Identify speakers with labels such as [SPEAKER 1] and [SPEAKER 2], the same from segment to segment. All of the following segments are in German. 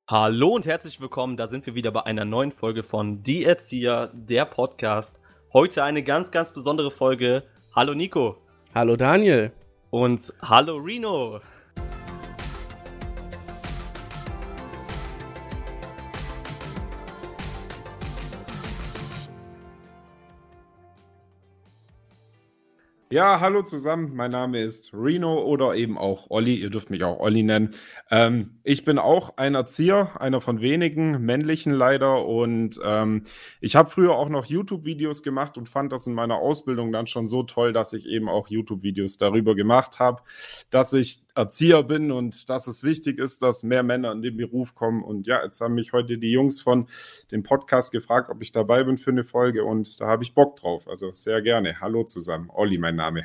[SPEAKER 1] Hallo und herzlich willkommen, da sind wir wieder bei einer neuen Folge von Die Erzieher, der Podcast. Heute eine ganz, ganz besondere Folge. Hallo Nico.
[SPEAKER 2] Hallo Daniel.
[SPEAKER 1] Und hallo Rino.
[SPEAKER 3] Ja, hallo zusammen, mein Name ist Rino oder eben auch Olli, ihr dürft mich auch Olli nennen. Ich bin auch ein Erzieher, einer von wenigen, männlichen leider, und ich habe früher auch noch YouTube-Videos gemacht und fand das in meiner Ausbildung dann schon so toll, dass ich eben auch YouTube-Videos darüber gemacht habe, dass ich Erzieher bin und dass es wichtig ist, dass mehr Männer in den Beruf kommen. Und ja, jetzt haben mich heute die Jungs von dem Podcast gefragt, ob ich dabei bin für eine Folge, und da habe ich Bock drauf, also sehr gerne. Hallo zusammen, Olli mein Name.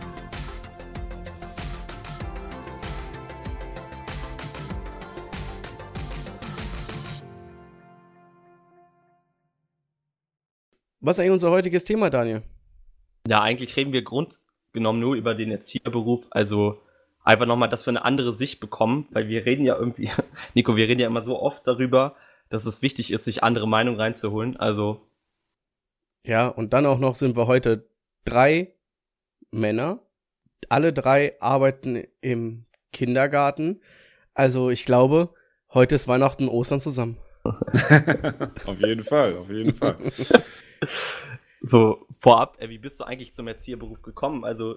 [SPEAKER 2] Was ist eigentlich unser heutiges Thema, Daniel?
[SPEAKER 1] Ja, eigentlich reden wir grundgenommen nur über den Erzieherberuf, also einfach nochmal, dass wir eine andere Sicht bekommen, weil wir reden ja irgendwie, Nico, wir reden ja immer so oft darüber, dass es wichtig ist, sich andere Meinungen reinzuholen, also.
[SPEAKER 2] Ja, und dann auch noch sind wir heute 3 Männer. Alle 3 arbeiten im Kindergarten. Also ich glaube, heute ist Weihnachten und Ostern zusammen.
[SPEAKER 3] Auf jeden Fall, auf jeden Fall.
[SPEAKER 1] So, vorab, wie bist du eigentlich zum Erzieherberuf gekommen? Also.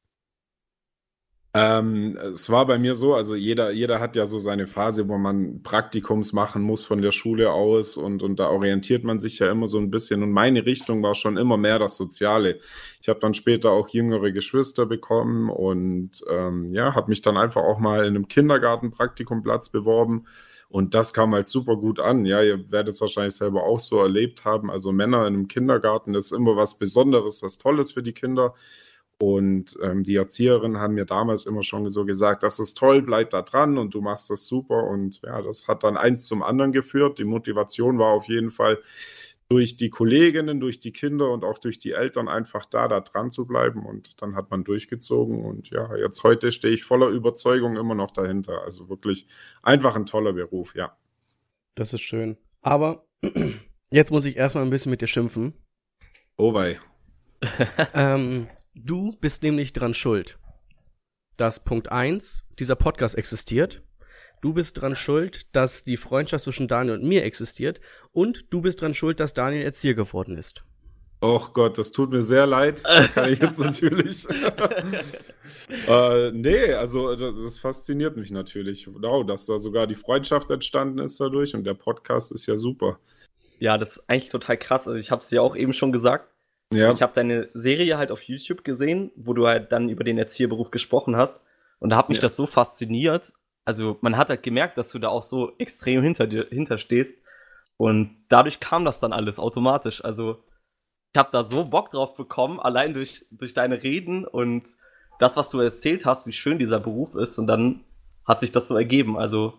[SPEAKER 3] Es war bei mir so, also jeder hat ja so seine Phase, wo man Praktikums machen muss von der Schule aus, und da orientiert man sich ja immer so ein bisschen, und meine Richtung war schon immer mehr das Soziale. Ich habe dann später auch jüngere Geschwister bekommen und habe mich dann einfach auch mal in einem Kindergartenpraktikumplatz beworben, und das kam halt super gut an. Ja, ihr werdet es wahrscheinlich selber auch so erlebt haben, also Männer in einem Kindergarten ist immer was Besonderes, was Tolles für die Kinder. Und die Erzieherinnen haben mir damals immer schon so gesagt, das ist toll, bleib da dran und du machst das super. Und ja, das hat dann eins zum anderen geführt. Die Motivation war auf jeden Fall durch die Kolleginnen, durch die Kinder und auch durch die Eltern einfach da dran zu bleiben. Und dann hat man durchgezogen. Und ja, jetzt heute stehe ich voller Überzeugung immer noch dahinter. Also wirklich einfach ein toller Beruf, ja.
[SPEAKER 2] Das ist schön. Aber jetzt muss ich erstmal ein bisschen mit dir schimpfen.
[SPEAKER 3] Oh wei.
[SPEAKER 2] Du bist nämlich dran schuld, dass Punkt 1, dieser Podcast existiert. Du bist dran schuld, dass die Freundschaft zwischen Daniel und mir existiert. Und du bist dran schuld, dass Daniel Erzieher geworden ist.
[SPEAKER 3] Och Gott, das tut mir sehr leid. Das kann ich jetzt natürlich. Nee, also das fasziniert mich natürlich. Wow, dass da sogar die Freundschaft entstanden ist dadurch, und der Podcast ist ja super.
[SPEAKER 1] Ja, das ist eigentlich total krass. Also ich habe es ja auch eben schon gesagt. Ja. Ich habe deine Serie halt auf YouTube gesehen, wo du halt dann über den Erzieherberuf gesprochen hast. Und da hat mich das so fasziniert. Also man hat halt gemerkt, dass du da auch so extrem hinter stehst. Und dadurch kam das dann alles automatisch. Also ich habe da so Bock drauf bekommen, allein durch deine Reden und das, was du erzählt hast, wie schön dieser Beruf ist. Und dann hat sich das so ergeben. Also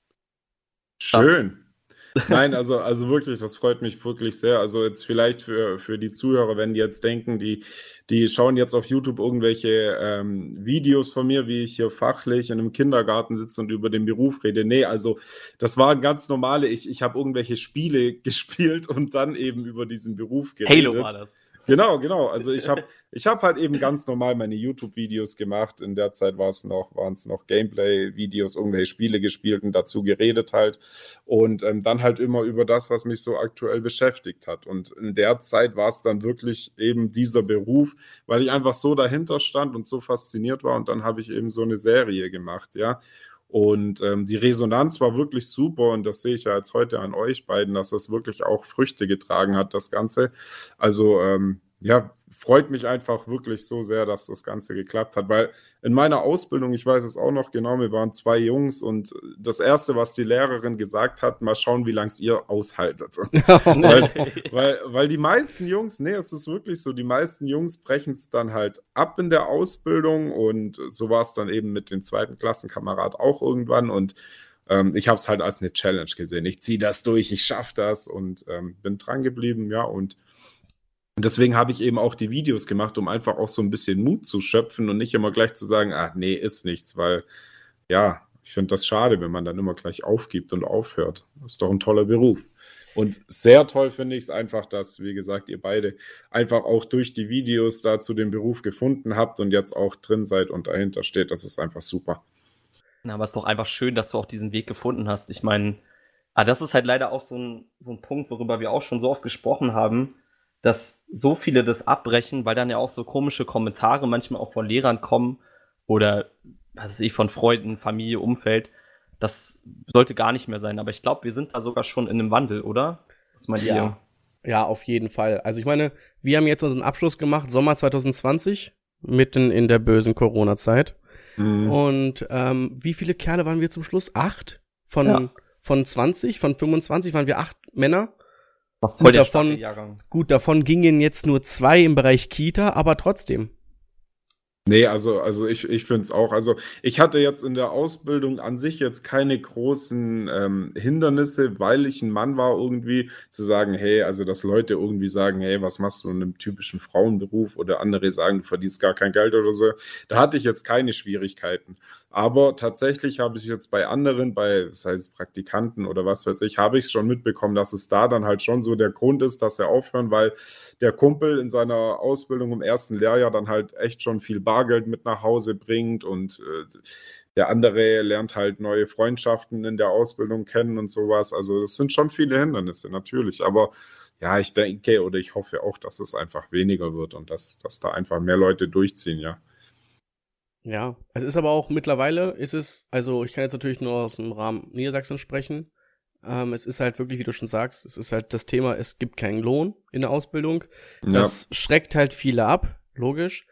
[SPEAKER 3] schön. Nein, also wirklich, das freut mich wirklich sehr. Also jetzt vielleicht für die Zuhörer, wenn die jetzt denken, die schauen jetzt auf YouTube irgendwelche Videos von mir, wie ich hier fachlich in einem Kindergarten sitze und über den Beruf rede. Nee, also das waren ganz normale, ich habe irgendwelche Spiele gespielt und dann eben über diesen Beruf geredet.
[SPEAKER 1] Halo war das.
[SPEAKER 3] Genau. Also ich hab halt eben ganz normal meine YouTube-Videos gemacht. In der Zeit waren es noch Gameplay-Videos, irgendwelche Spiele gespielt und dazu geredet halt. Und dann halt immer über das, was mich so aktuell beschäftigt hat. Und in der Zeit war es dann wirklich eben dieser Beruf, weil ich einfach so dahinter stand und so fasziniert war. Und dann habe ich eben so eine Serie gemacht, ja. Und die Resonanz war wirklich super, und das sehe ich ja jetzt heute an euch beiden, dass das wirklich auch Früchte getragen hat, das Ganze. Also freut mich einfach wirklich so sehr, dass das Ganze geklappt hat, weil in meiner Ausbildung, ich weiß es auch noch genau, wir waren 2 Jungs, und das Erste, was die Lehrerin gesagt hat, mal schauen, wie lange es ihr aushaltet. weil die meisten Jungs, es ist wirklich so, die meisten Jungs brechen es dann halt ab in der Ausbildung, und so war es dann eben mit dem 2. Klassenkamerad auch irgendwann, und ich habe es halt als eine Challenge gesehen. Ich ziehe das durch, ich schaffe das, und bin dran geblieben, ja, und deswegen habe ich eben auch die Videos gemacht, um einfach auch so ein bisschen Mut zu schöpfen und nicht immer gleich zu sagen, ach nee, ist nichts, weil ja, Ich finde das schade, wenn man dann immer gleich aufgibt und aufhört. Das ist doch ein toller Beruf. Und sehr toll finde ich es einfach, dass, wie gesagt, ihr beide einfach auch durch die Videos dazu den Beruf gefunden habt und jetzt auch drin seid und dahinter steht. Das ist einfach super.
[SPEAKER 1] Na, aber es ist doch einfach schön, dass du auch diesen Weg gefunden hast. Ich meine, das ist halt leider auch so ein Punkt, worüber wir auch schon so oft gesprochen haben, dass so viele das abbrechen, weil dann ja auch so komische Kommentare manchmal auch von Lehrern kommen oder, was weiß ich, von Freunden, Familie, Umfeld. Das sollte gar nicht mehr sein. Aber ich glaube, wir sind da sogar schon in einem Wandel, oder? Was meint ihr?
[SPEAKER 2] Ja, auf jeden Fall. Also ich meine, wir haben jetzt unseren Abschluss gemacht, Sommer 2020, mitten in der bösen Corona-Zeit. Und wie viele Kerle waren wir zum Schluss? 8? Von 20, von 25 waren wir 8 Männer.
[SPEAKER 1] Voll der starke Jahrgang.
[SPEAKER 2] Gut, davon gingen jetzt nur 2 im Bereich Kita, aber trotzdem.
[SPEAKER 3] Nee, also ich finde es auch. Also ich hatte jetzt in der Ausbildung an sich jetzt keine großen Hindernisse, weil ich ein Mann war, irgendwie zu sagen, hey, also dass Leute irgendwie sagen, hey, was machst du in einem typischen Frauenberuf, oder andere sagen, du verdienst gar kein Geld oder so. Da hatte ich jetzt keine Schwierigkeiten. Aber tatsächlich habe ich jetzt bei anderen, das heißt Praktikanten oder was weiß ich, habe ich es schon mitbekommen, dass es da dann halt schon so der Grund ist, dass sie aufhören, weil der Kumpel in seiner Ausbildung im ersten Lehrjahr dann halt echt schon viel Bargeld mit nach Hause bringt und der andere lernt halt neue Freundschaften in der Ausbildung kennen und sowas. Also das sind schon viele Hindernisse, natürlich. Aber ja, ich denke oder ich hoffe auch, dass es einfach weniger wird und dass da einfach mehr Leute durchziehen, ja.
[SPEAKER 2] Ja, es ist aber auch mittlerweile, also ich kann jetzt natürlich nur aus dem Rahmen Niedersachsen sprechen. Es ist halt wirklich, wie du schon sagst, es ist halt das Thema, es gibt keinen Lohn in der Ausbildung. Das schreckt halt viele ab, logisch.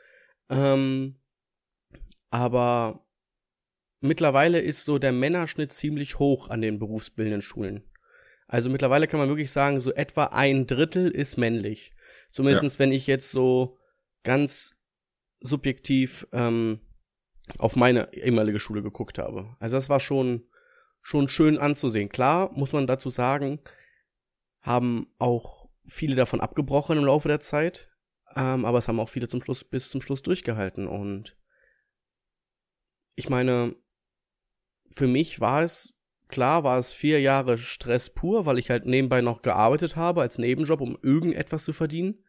[SPEAKER 2] Aber mittlerweile ist so der Männerschnitt ziemlich hoch an den berufsbildenden Schulen. Also mittlerweile kann man wirklich sagen, so etwa 1/3 ist männlich. Zumindest wenn ich jetzt so ganz subjektiv auf meine ehemalige Schule geguckt habe. Also das war schon schön anzusehen. Klar, muss man dazu sagen, haben auch viele davon abgebrochen im Laufe der Zeit, aber es haben auch viele bis zum Schluss durchgehalten. Und ich meine, für mich war es 4 Jahre Stress pur, weil ich halt nebenbei noch gearbeitet habe als Nebenjob, um irgendetwas zu verdienen.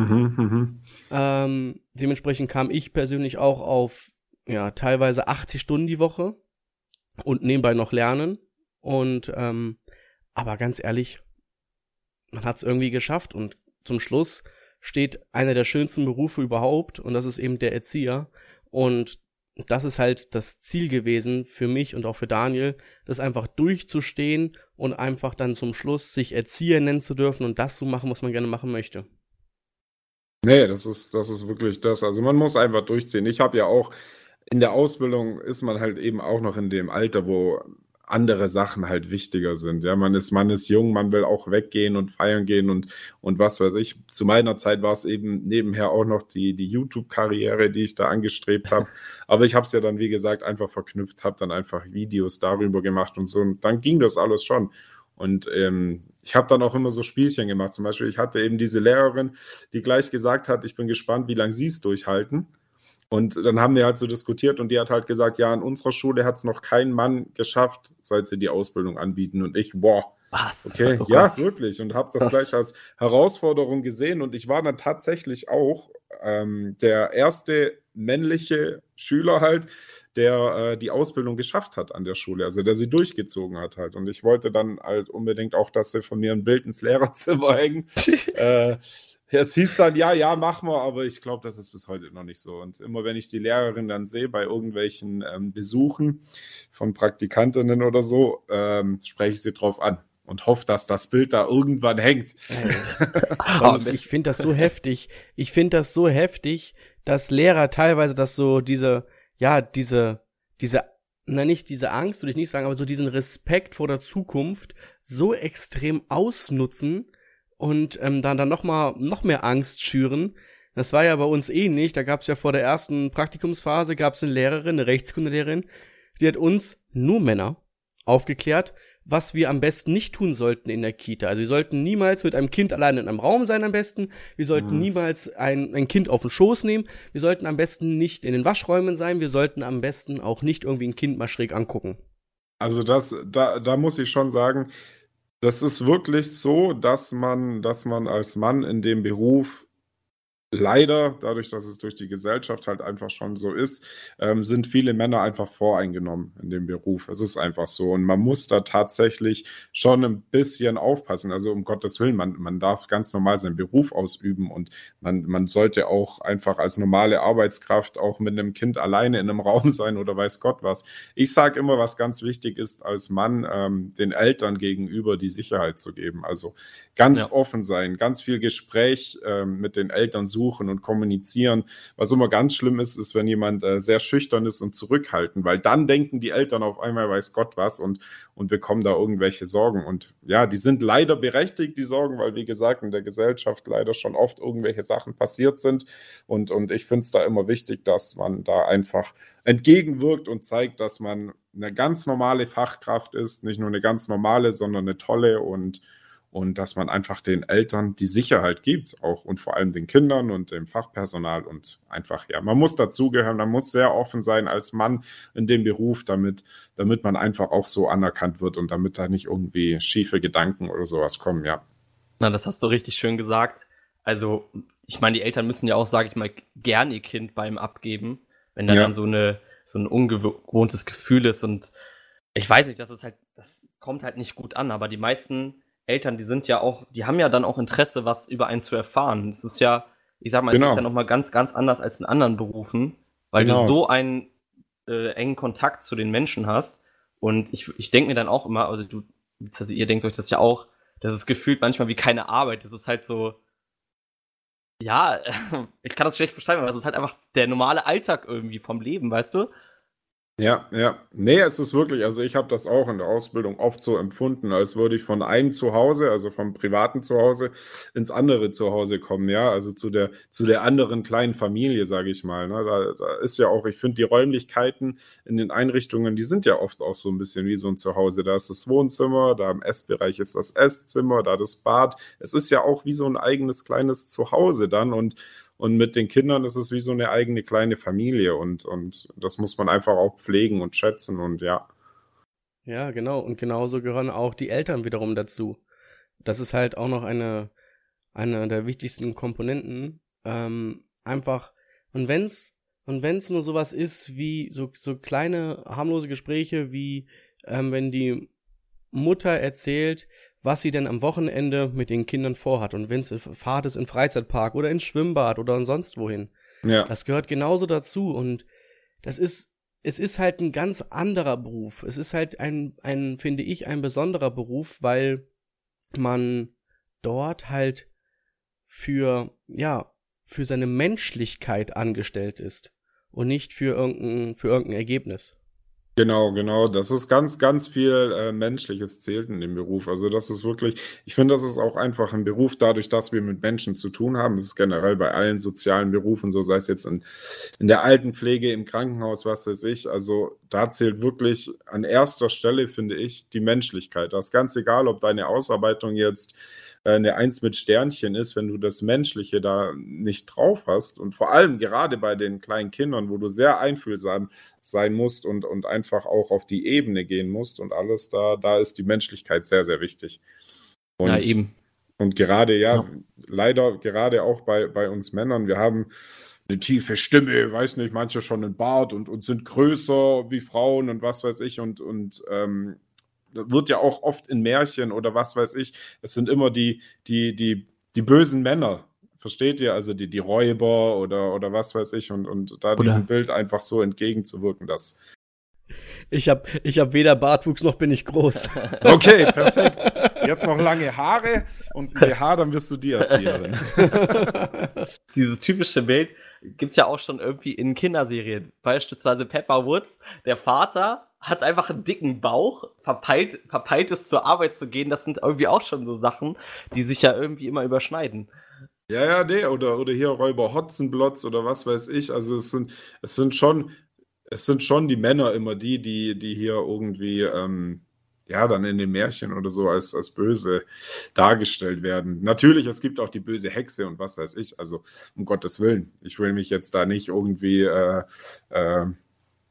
[SPEAKER 2] Dementsprechend kam ich persönlich auch auf teilweise 80 Stunden die Woche und nebenbei noch lernen. Und aber ganz ehrlich, man hat es irgendwie geschafft und zum Schluss steht einer der schönsten Berufe überhaupt und das ist eben der Erzieher. Und das ist halt das Ziel gewesen für mich und auch für Daniel, das einfach durchzustehen und einfach dann zum Schluss sich Erzieher nennen zu dürfen und das zu machen, was man gerne machen möchte.
[SPEAKER 3] Nee, das ist wirklich das. Also man muss einfach durchziehen. Ich habe ja auch, in der Ausbildung ist man halt eben auch noch in dem Alter, wo andere Sachen halt wichtiger sind. Ja, man ist jung, man will auch weggehen und feiern gehen und was weiß ich. Zu meiner Zeit war es eben nebenher auch noch die YouTube-Karriere, die ich da angestrebt habe. Aber ich habe es ja dann, wie gesagt, einfach verknüpft, habe dann einfach Videos darüber gemacht und so. Und dann ging das alles schon. Und ich habe dann auch immer so Spielchen gemacht. Zum Beispiel, ich hatte eben diese Lehrerin, die gleich gesagt hat, ich bin gespannt, wie lange sie es durchhalten. Und dann haben wir halt so diskutiert und die hat halt gesagt, ja, an unserer Schule hat es noch kein Mann geschafft, seit sie die Ausbildung anbieten. Und ich,
[SPEAKER 1] was?
[SPEAKER 3] Okay, ja, wirklich. Und habe das gleich als Herausforderung gesehen. Und ich war dann tatsächlich auch der erste männliche Schüler halt, der die Ausbildung geschafft hat an der Schule, also der sie durchgezogen hat halt. Und ich wollte dann halt unbedingt auch, dass sie von mir ein Bild ins Lehrerzimmer hängen. Es hieß dann, ja, machen wir, aber ich glaube, das ist bis heute noch nicht so. Und immer wenn ich die Lehrerin dann sehe bei irgendwelchen Besuchen von Praktikantinnen oder so, spreche ich sie drauf an und hoffe, dass das Bild da irgendwann hängt.
[SPEAKER 2] Ich finde das so heftig. Ich finde das so heftig, dass Lehrer teilweise das so nicht diese Angst, würde ich nicht sagen, aber so diesen Respekt vor der Zukunft so extrem ausnutzen und dann noch mehr Angst schüren. Das war ja bei uns ähnlich. Da gab es ja vor der ersten Praktikumsphase gab es eine Lehrerin, eine Rechtskundelehrerin, die hat uns, nur Männer, aufgeklärt, was wir am besten nicht tun sollten in der Kita. Also wir sollten niemals mit einem Kind alleine in einem Raum sein am besten. Wir sollten niemals ein Kind auf den Schoß nehmen. Wir sollten am besten nicht in den Waschräumen sein. Wir sollten am besten auch nicht irgendwie ein Kind mal schräg angucken.
[SPEAKER 3] Also da muss ich schon sagen, das ist wirklich so, dass man als Mann in dem Beruf leider, dadurch, dass es durch die Gesellschaft halt einfach schon so ist, sind viele Männer einfach voreingenommen in dem Beruf. Es ist einfach so. Und man muss da tatsächlich schon ein bisschen aufpassen. Also um Gottes Willen, man darf ganz normal seinen Beruf ausüben und man sollte auch einfach als normale Arbeitskraft auch mit einem Kind alleine in einem Raum sein oder weiß Gott was. Ich sage immer, was ganz wichtig ist, als Mann den Eltern gegenüber die Sicherheit zu geben. Also ganz offen sein, ganz viel Gespräch mit den Eltern suchen und kommunizieren. Was immer ganz schlimm ist, ist, wenn jemand sehr schüchtern ist und zurückhaltend, weil dann denken die Eltern auf einmal, weiß Gott was und bekommen da irgendwelche Sorgen. Und ja, die sind leider berechtigt, die Sorgen, weil, wie gesagt, in der Gesellschaft leider schon oft irgendwelche Sachen passiert sind. Und ich finde es da immer wichtig, dass man da einfach entgegenwirkt und zeigt, dass man eine ganz normale Fachkraft ist, nicht nur eine ganz normale, sondern eine tolle und dass man einfach den Eltern die Sicherheit gibt, auch und vor allem den Kindern und dem Fachpersonal und einfach, ja, man muss dazugehören, man muss sehr offen sein als Mann in dem Beruf, damit man einfach auch so anerkannt wird und damit da nicht irgendwie schiefe Gedanken oder sowas kommen, ja.
[SPEAKER 1] Na, das hast du richtig schön gesagt. Also, ich meine, die Eltern müssen ja auch, sage ich mal, gern ihr Kind beim Abgeben, wenn da dann so ein ungewohntes Gefühl ist und ich weiß nicht, das kommt halt nicht gut an, aber die meisten Eltern, die haben ja dann auch Interesse, was über einen zu erfahren. Das ist ja, ich sag mal, es ist ja nochmal ganz, ganz anders als in anderen Berufen, weil du so einen engen Kontakt zu den Menschen hast. Und ich denke mir dann auch immer, also ihr denkt euch das ja auch, das ist gefühlt manchmal wie keine Arbeit. Das ist halt so, ja, ich kann das schlecht beschreiben, aber es ist halt einfach der normale Alltag irgendwie vom Leben, weißt du?
[SPEAKER 3] Ja, ja. Nee, es ist wirklich, also ich habe das auch in der Ausbildung oft so empfunden, als würde ich von einem Zuhause, also vom privaten Zuhause, ins andere Zuhause kommen, ja, also zu der anderen kleinen Familie, sage ich mal. Ne? Da ist ja auch, ich finde, die Räumlichkeiten in den Einrichtungen, die sind ja oft auch so ein bisschen wie so ein Zuhause. Da ist das Wohnzimmer, da im Essbereich ist das Esszimmer, da das Bad. Es ist ja auch wie so ein eigenes kleines Zuhause dann und mit den Kindern ist es wie so eine eigene kleine Familie und das muss man einfach auch pflegen und schätzen und ja.
[SPEAKER 2] Ja, genau. Und genauso gehören auch die Eltern wiederum dazu. Das ist halt auch noch eine der wichtigsten Komponenten. Einfach, und wenn's nur sowas ist wie so kleine harmlose Gespräche wie wenn die Mutter erzählt, was sie denn am Wochenende mit den Kindern vorhat. Und wenn es Fahrt ist in Freizeitpark oder ins Schwimmbad oder sonst wohin. Ja. Das gehört genauso dazu. Und es ist halt ein ganz anderer Beruf. Es ist halt finde ich, ein besonderer Beruf, weil man dort halt für seine Menschlichkeit angestellt ist und nicht für irgendein Ergebnis.
[SPEAKER 3] Genau. Das ist ganz, ganz viel Menschliches zählt in dem Beruf. Also das ist wirklich, ich finde, das ist auch einfach ein Beruf, dadurch, dass wir mit Menschen zu tun haben. Das ist generell bei allen sozialen Berufen so, sei es jetzt in der Altenpflege, im Krankenhaus, was weiß ich. Also da zählt wirklich an erster Stelle, finde ich, die Menschlichkeit. Das ist ganz egal, ob deine Ausarbeitung jetzt eine 1 mit Sternchen ist, wenn du das Menschliche da nicht drauf hast und vor allem gerade bei den kleinen Kindern, wo du sehr einfühlsam sein musst und einfach auch auf die Ebene gehen musst und alles, da ist die Menschlichkeit sehr, sehr wichtig. Und,
[SPEAKER 1] ja, eben.
[SPEAKER 3] Und gerade, leider gerade auch bei uns Männern, wir haben eine tiefe Stimme, weiß nicht, manche schon einen Bart und sind größer wie Frauen und was weiß ich und wird ja auch oft in Märchen oder was weiß ich, es sind immer die bösen Männer, versteht ihr? Also die Räuber oder was weiß ich und da diesem Bild einfach so entgegenzuwirken, dass
[SPEAKER 2] ich hab weder Bartwuchs noch bin ich groß.
[SPEAKER 3] Okay, perfekt. Jetzt noch lange Haare und ein BH, dann wirst du die Erzieherin.
[SPEAKER 1] Dieses typische Bild gibt's ja auch schon irgendwie in Kinderserien. Beispielsweise Pepper Woods, der Vater hat einfach einen dicken Bauch, verpeilt es zur Arbeit zu gehen. Das sind irgendwie auch schon so Sachen, die sich ja irgendwie immer überschneiden.
[SPEAKER 3] Ja, nee, oder hier Räuber Hotzenplotz oder was weiß ich. Also es sind schon die Männer immer die hier irgendwie dann in den Märchen oder so als böse dargestellt werden. Natürlich, es gibt auch die böse Hexe und was weiß ich. Also um Gottes Willen, ich will mich jetzt da nicht irgendwie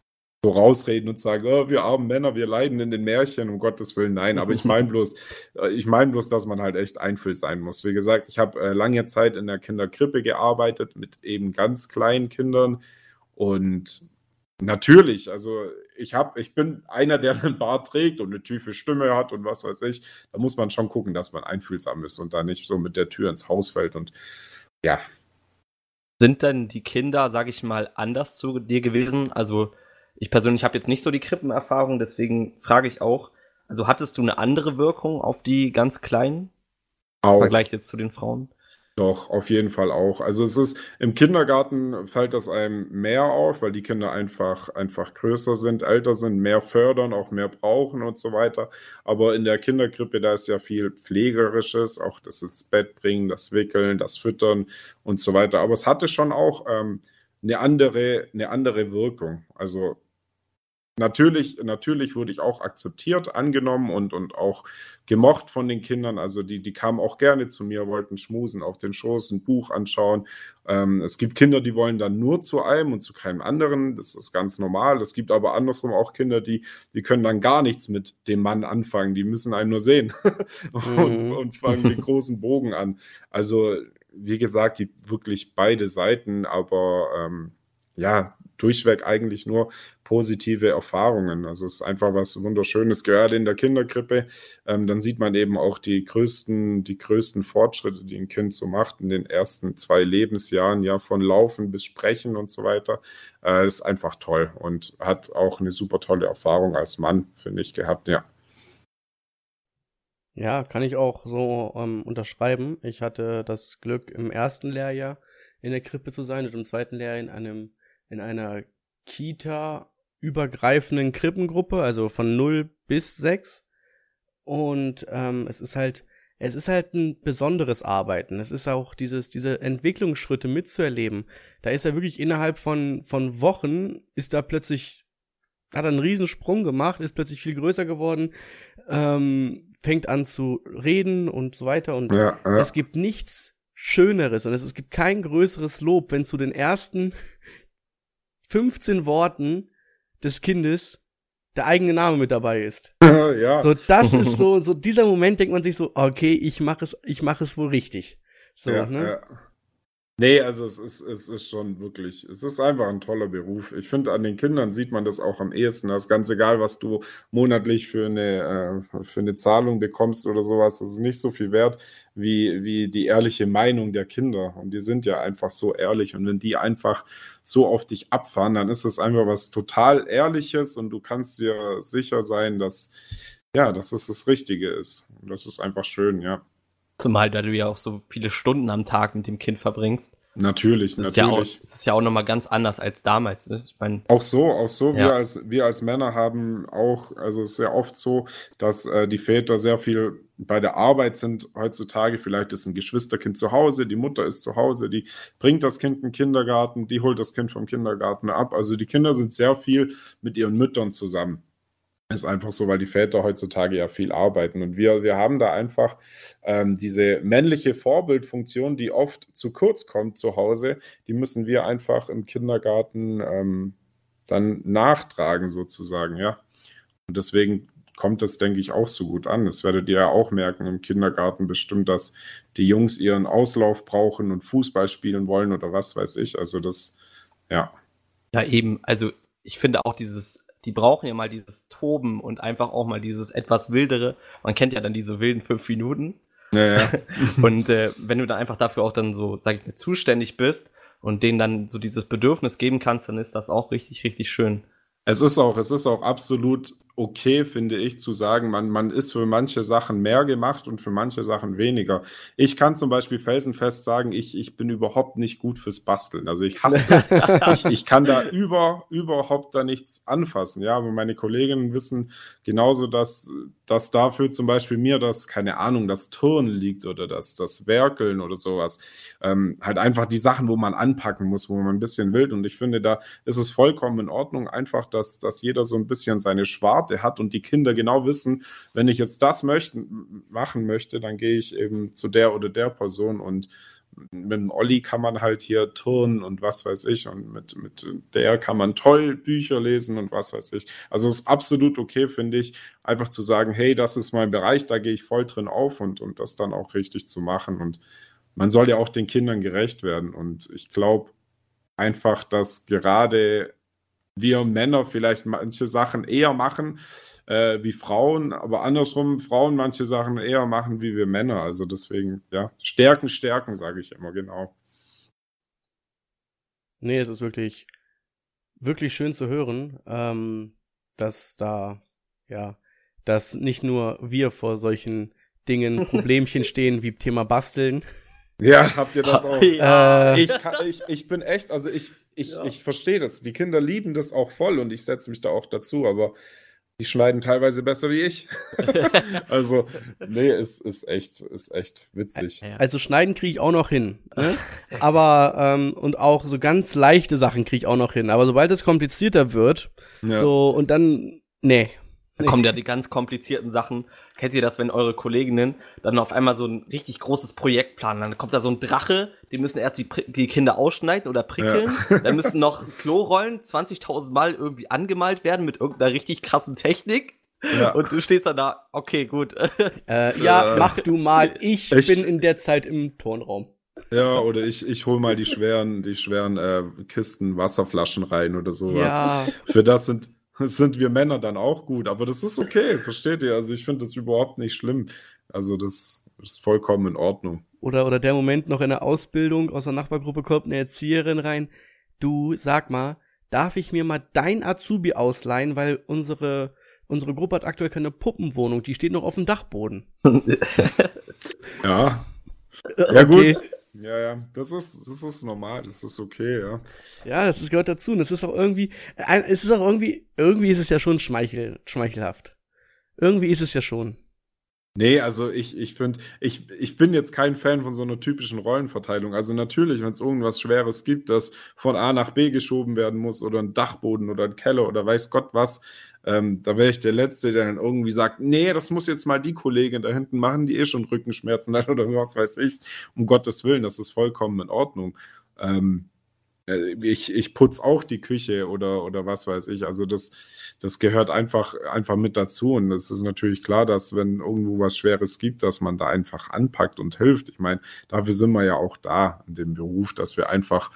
[SPEAKER 3] so rausreden und sagen, oh, wir armen Männer, wir leiden in den Märchen, um Gottes Willen, nein. Aber ich meine bloß, dass man halt echt einfühlsam sein muss. Wie gesagt, ich habe lange Zeit in der Kinderkrippe gearbeitet mit eben ganz kleinen Kindern und natürlich, also ich bin einer, der einen Bart trägt und eine tiefe Stimme hat und was weiß ich. Da muss man schon gucken, dass man einfühlsam ist und da nicht so mit der Tür ins Haus fällt und ja.
[SPEAKER 1] Sind denn die Kinder, sage ich mal, anders zu dir gewesen? Also ich persönlich habe jetzt nicht so die Krippenerfahrung, deswegen frage ich auch, also hattest du eine andere Wirkung auf die ganz Kleinen? Auch. Im Vergleich jetzt zu den Frauen?
[SPEAKER 3] Doch, auf jeden Fall auch. Also es ist, im Kindergarten fällt das einem mehr auf, weil die Kinder einfach größer sind, älter sind, mehr fördern, auch mehr brauchen und so weiter. Aber in der Kinderkrippe, da ist ja viel Pflegerisches, auch das ins Bett bringen, das Wickeln, das Füttern und so weiter. Aber es hatte schon auch eine andere Wirkung. Also Natürlich wurde ich auch akzeptiert, angenommen und auch gemocht von den Kindern. Also die kamen auch gerne zu mir, wollten schmusen, auf den Schoß, ein Buch anschauen. Es gibt Kinder, die wollen dann nur zu einem und zu keinem anderen. Das ist ganz normal. Es gibt aber andersrum auch Kinder, die können dann gar nichts mit dem Mann anfangen. Die müssen einen nur sehen und fangen den großen Bogen an. Also wie gesagt, gibt wirklich beide Seiten, aber ja, durchweg eigentlich nur positive Erfahrungen. Also es ist einfach was Wunderschönes, gerade in der Kinderkrippe. Dann sieht man eben auch die größten Fortschritte, die ein Kind so macht in den ersten 2 Lebensjahren, ja, von Laufen bis Sprechen und so weiter. Ist einfach toll und hat auch eine super tolle Erfahrung als Mann, finde ich, gehabt, ja.
[SPEAKER 2] Ja, kann ich auch so unterschreiben. Ich hatte das Glück, im ersten Lehrjahr in der Krippe zu sein und im zweiten Lehrjahr in einer Kita-übergreifenden Krippengruppe, also von 0 bis 6. Und es ist halt ein besonderes Arbeiten. Es ist auch diese Entwicklungsschritte mitzuerleben. Da ist er wirklich innerhalb von Wochen, hat er einen Riesensprung gemacht, ist plötzlich viel größer geworden, fängt an zu reden und so weiter. Und es gibt nichts Schöneres und es gibt kein größeres Lob, wenn zu den ersten 15 Worten des Kindes der eigene Name mit dabei ist.
[SPEAKER 3] Ja.
[SPEAKER 2] So, das ist so dieser Moment, denkt man sich so, okay, ich mach es wohl richtig. So,
[SPEAKER 3] ja,
[SPEAKER 2] ne?
[SPEAKER 3] Ja. Nee, also es ist schon wirklich, es ist einfach ein toller Beruf. Ich finde, an den Kindern sieht man das auch am ehesten. Das ist ganz egal, was du monatlich für eine Zahlung bekommst oder sowas. Das ist nicht so viel wert wie die ehrliche Meinung der Kinder. Und die sind ja einfach so ehrlich. Und wenn die einfach so auf dich abfahren, dann ist es einfach was total Ehrliches und du kannst dir sicher sein, dass es das Richtige ist. Und das ist einfach schön, ja.
[SPEAKER 1] Zumal, da du ja auch so viele Stunden am Tag mit dem Kind verbringst.
[SPEAKER 3] Natürlich.
[SPEAKER 1] Es ist ja auch nochmal ganz anders als damals. Ne? Ich mein,
[SPEAKER 3] auch so,
[SPEAKER 1] ja.
[SPEAKER 3] wir als Männer haben auch, also es ist sehr oft so, dass die Väter sehr viel bei der Arbeit sind heutzutage. Vielleicht ist ein Geschwisterkind zu Hause, die Mutter ist zu Hause, die bringt das Kind in den Kindergarten, die holt das Kind vom Kindergarten ab. Also die Kinder sind sehr viel mit ihren Müttern zusammen. Ist einfach so, weil die Väter heutzutage ja viel arbeiten. Und wir haben da einfach diese männliche Vorbildfunktion, die oft zu kurz kommt zu Hause, die müssen wir einfach im Kindergarten dann nachtragen sozusagen, ja. Und deswegen kommt das, denke ich, auch so gut an. Das werdet ihr ja auch merken im Kindergarten bestimmt, dass die Jungs ihren Auslauf brauchen und Fußball spielen wollen oder was weiß ich. Also das, ja.
[SPEAKER 1] Ja, eben. Also ich finde auch die brauchen ja mal dieses Toben und einfach auch mal dieses etwas wildere. Man kennt ja dann diese wilden 5 Minuten.
[SPEAKER 3] Ja.
[SPEAKER 1] Und wenn du dann einfach dafür auch dann so, sag ich mal, zuständig bist und denen dann so dieses Bedürfnis geben kannst, dann ist das auch richtig, richtig schön.
[SPEAKER 3] Es ist auch absolut okay, finde ich, zu sagen, man ist für manche Sachen mehr gemacht und für manche Sachen weniger. Ich kann zum Beispiel felsenfest sagen, ich bin überhaupt nicht gut fürs Basteln. Also ich hasse das. Ich kann da überhaupt da nichts anfassen. Ja, aber meine Kolleginnen wissen genauso, dass dafür zum Beispiel mir keine Ahnung, das Turnen liegt oder das Werkeln oder sowas. Halt einfach die Sachen, wo man anpacken muss, wo man ein bisschen wild. Und ich finde, da ist es vollkommen in Ordnung, einfach, dass jeder so ein bisschen seine Schwarte hat und die Kinder genau wissen, wenn ich jetzt das machen möchte, dann gehe ich eben zu der oder der Person und mit dem Olli kann man halt hier turnen und was weiß ich und mit der kann man toll Bücher lesen und was weiß ich. Also es ist absolut okay, finde ich, einfach zu sagen, hey, das ist mein Bereich, da gehe ich voll drin auf und das dann auch richtig zu machen. Und man soll ja auch den Kindern gerecht werden. Und ich glaube einfach, dass gerade wir Männer vielleicht manche Sachen eher machen wie Frauen, aber andersrum Frauen manche Sachen eher machen wie wir Männer. Also deswegen, ja, Stärken, sage ich immer, genau.
[SPEAKER 2] Nee, es ist wirklich, wirklich schön zu hören, dass dass nicht nur wir vor solchen Dingen, Problemchen stehen wie Thema Basteln.
[SPEAKER 3] Ja, habt ihr das auch? Ja. Ich bin echt, also ich verstehe das. Die Kinder lieben das auch voll und ich setze mich da auch dazu, aber die schneiden teilweise besser wie ich. Also, nee, ist echt witzig.
[SPEAKER 2] Also schneiden kriege ich auch noch hin. Ne? Aber, und auch so ganz leichte Sachen kriege ich auch noch hin. Aber sobald es komplizierter wird, so, und dann, nee.
[SPEAKER 1] Da kommen ja die ganz komplizierten Sachen. Kennt ihr das, wenn eure Kolleginnen dann auf einmal so ein richtig großes Projekt planen? Dann kommt da so ein Drache, die müssen erst die Kinder ausschneiden oder prickeln. Ja. Dann müssen noch Klorollen 20.000 Mal irgendwie angemalt werden mit irgendeiner richtig krassen Technik. Ja. Und du stehst dann da, okay, gut.
[SPEAKER 2] Mach du mal. Ich bin in der Zeit im Turnraum.
[SPEAKER 3] Ja, oder ich hol mal die schweren Kisten, Wasserflaschen rein oder sowas. Ja. Für das sind wir Männer dann auch gut, aber das ist okay, versteht ihr? Also ich finde das überhaupt nicht schlimm. Also das ist vollkommen in Ordnung.
[SPEAKER 2] Oder der Moment noch in der Ausbildung, aus der Nachbargruppe kommt eine Erzieherin rein. Du, sag mal, darf ich mir mal dein Azubi ausleihen, weil unsere Gruppe hat aktuell keine Puppenwohnung, die steht noch auf dem Dachboden.
[SPEAKER 3] Ja. Ja, gut. Ja, das ist normal, das ist okay, ja.
[SPEAKER 2] Ja, das gehört dazu und es ist auch irgendwie ist es ja schon schmeichelhaft. Irgendwie ist es ja schon.
[SPEAKER 3] Nee, also ich finde, ich bin jetzt kein Fan von so einer typischen Rollenverteilung. Also natürlich, wenn es irgendwas Schweres gibt, das von A nach B geschoben werden muss oder ein Dachboden oder ein Keller oder weiß Gott was, da wäre ich der Letzte, der dann irgendwie sagt, nee, das muss jetzt mal die Kollegin da hinten machen, die schon Rückenschmerzen hat oder was weiß ich. Um Gottes Willen, das ist vollkommen in Ordnung. Ich putze auch die Küche oder was weiß ich. Also das gehört einfach mit dazu. Und es ist natürlich klar, dass wenn irgendwo was Schweres gibt, dass man da einfach anpackt und hilft. Ich meine, dafür sind wir ja auch da in dem Beruf, dass wir einfach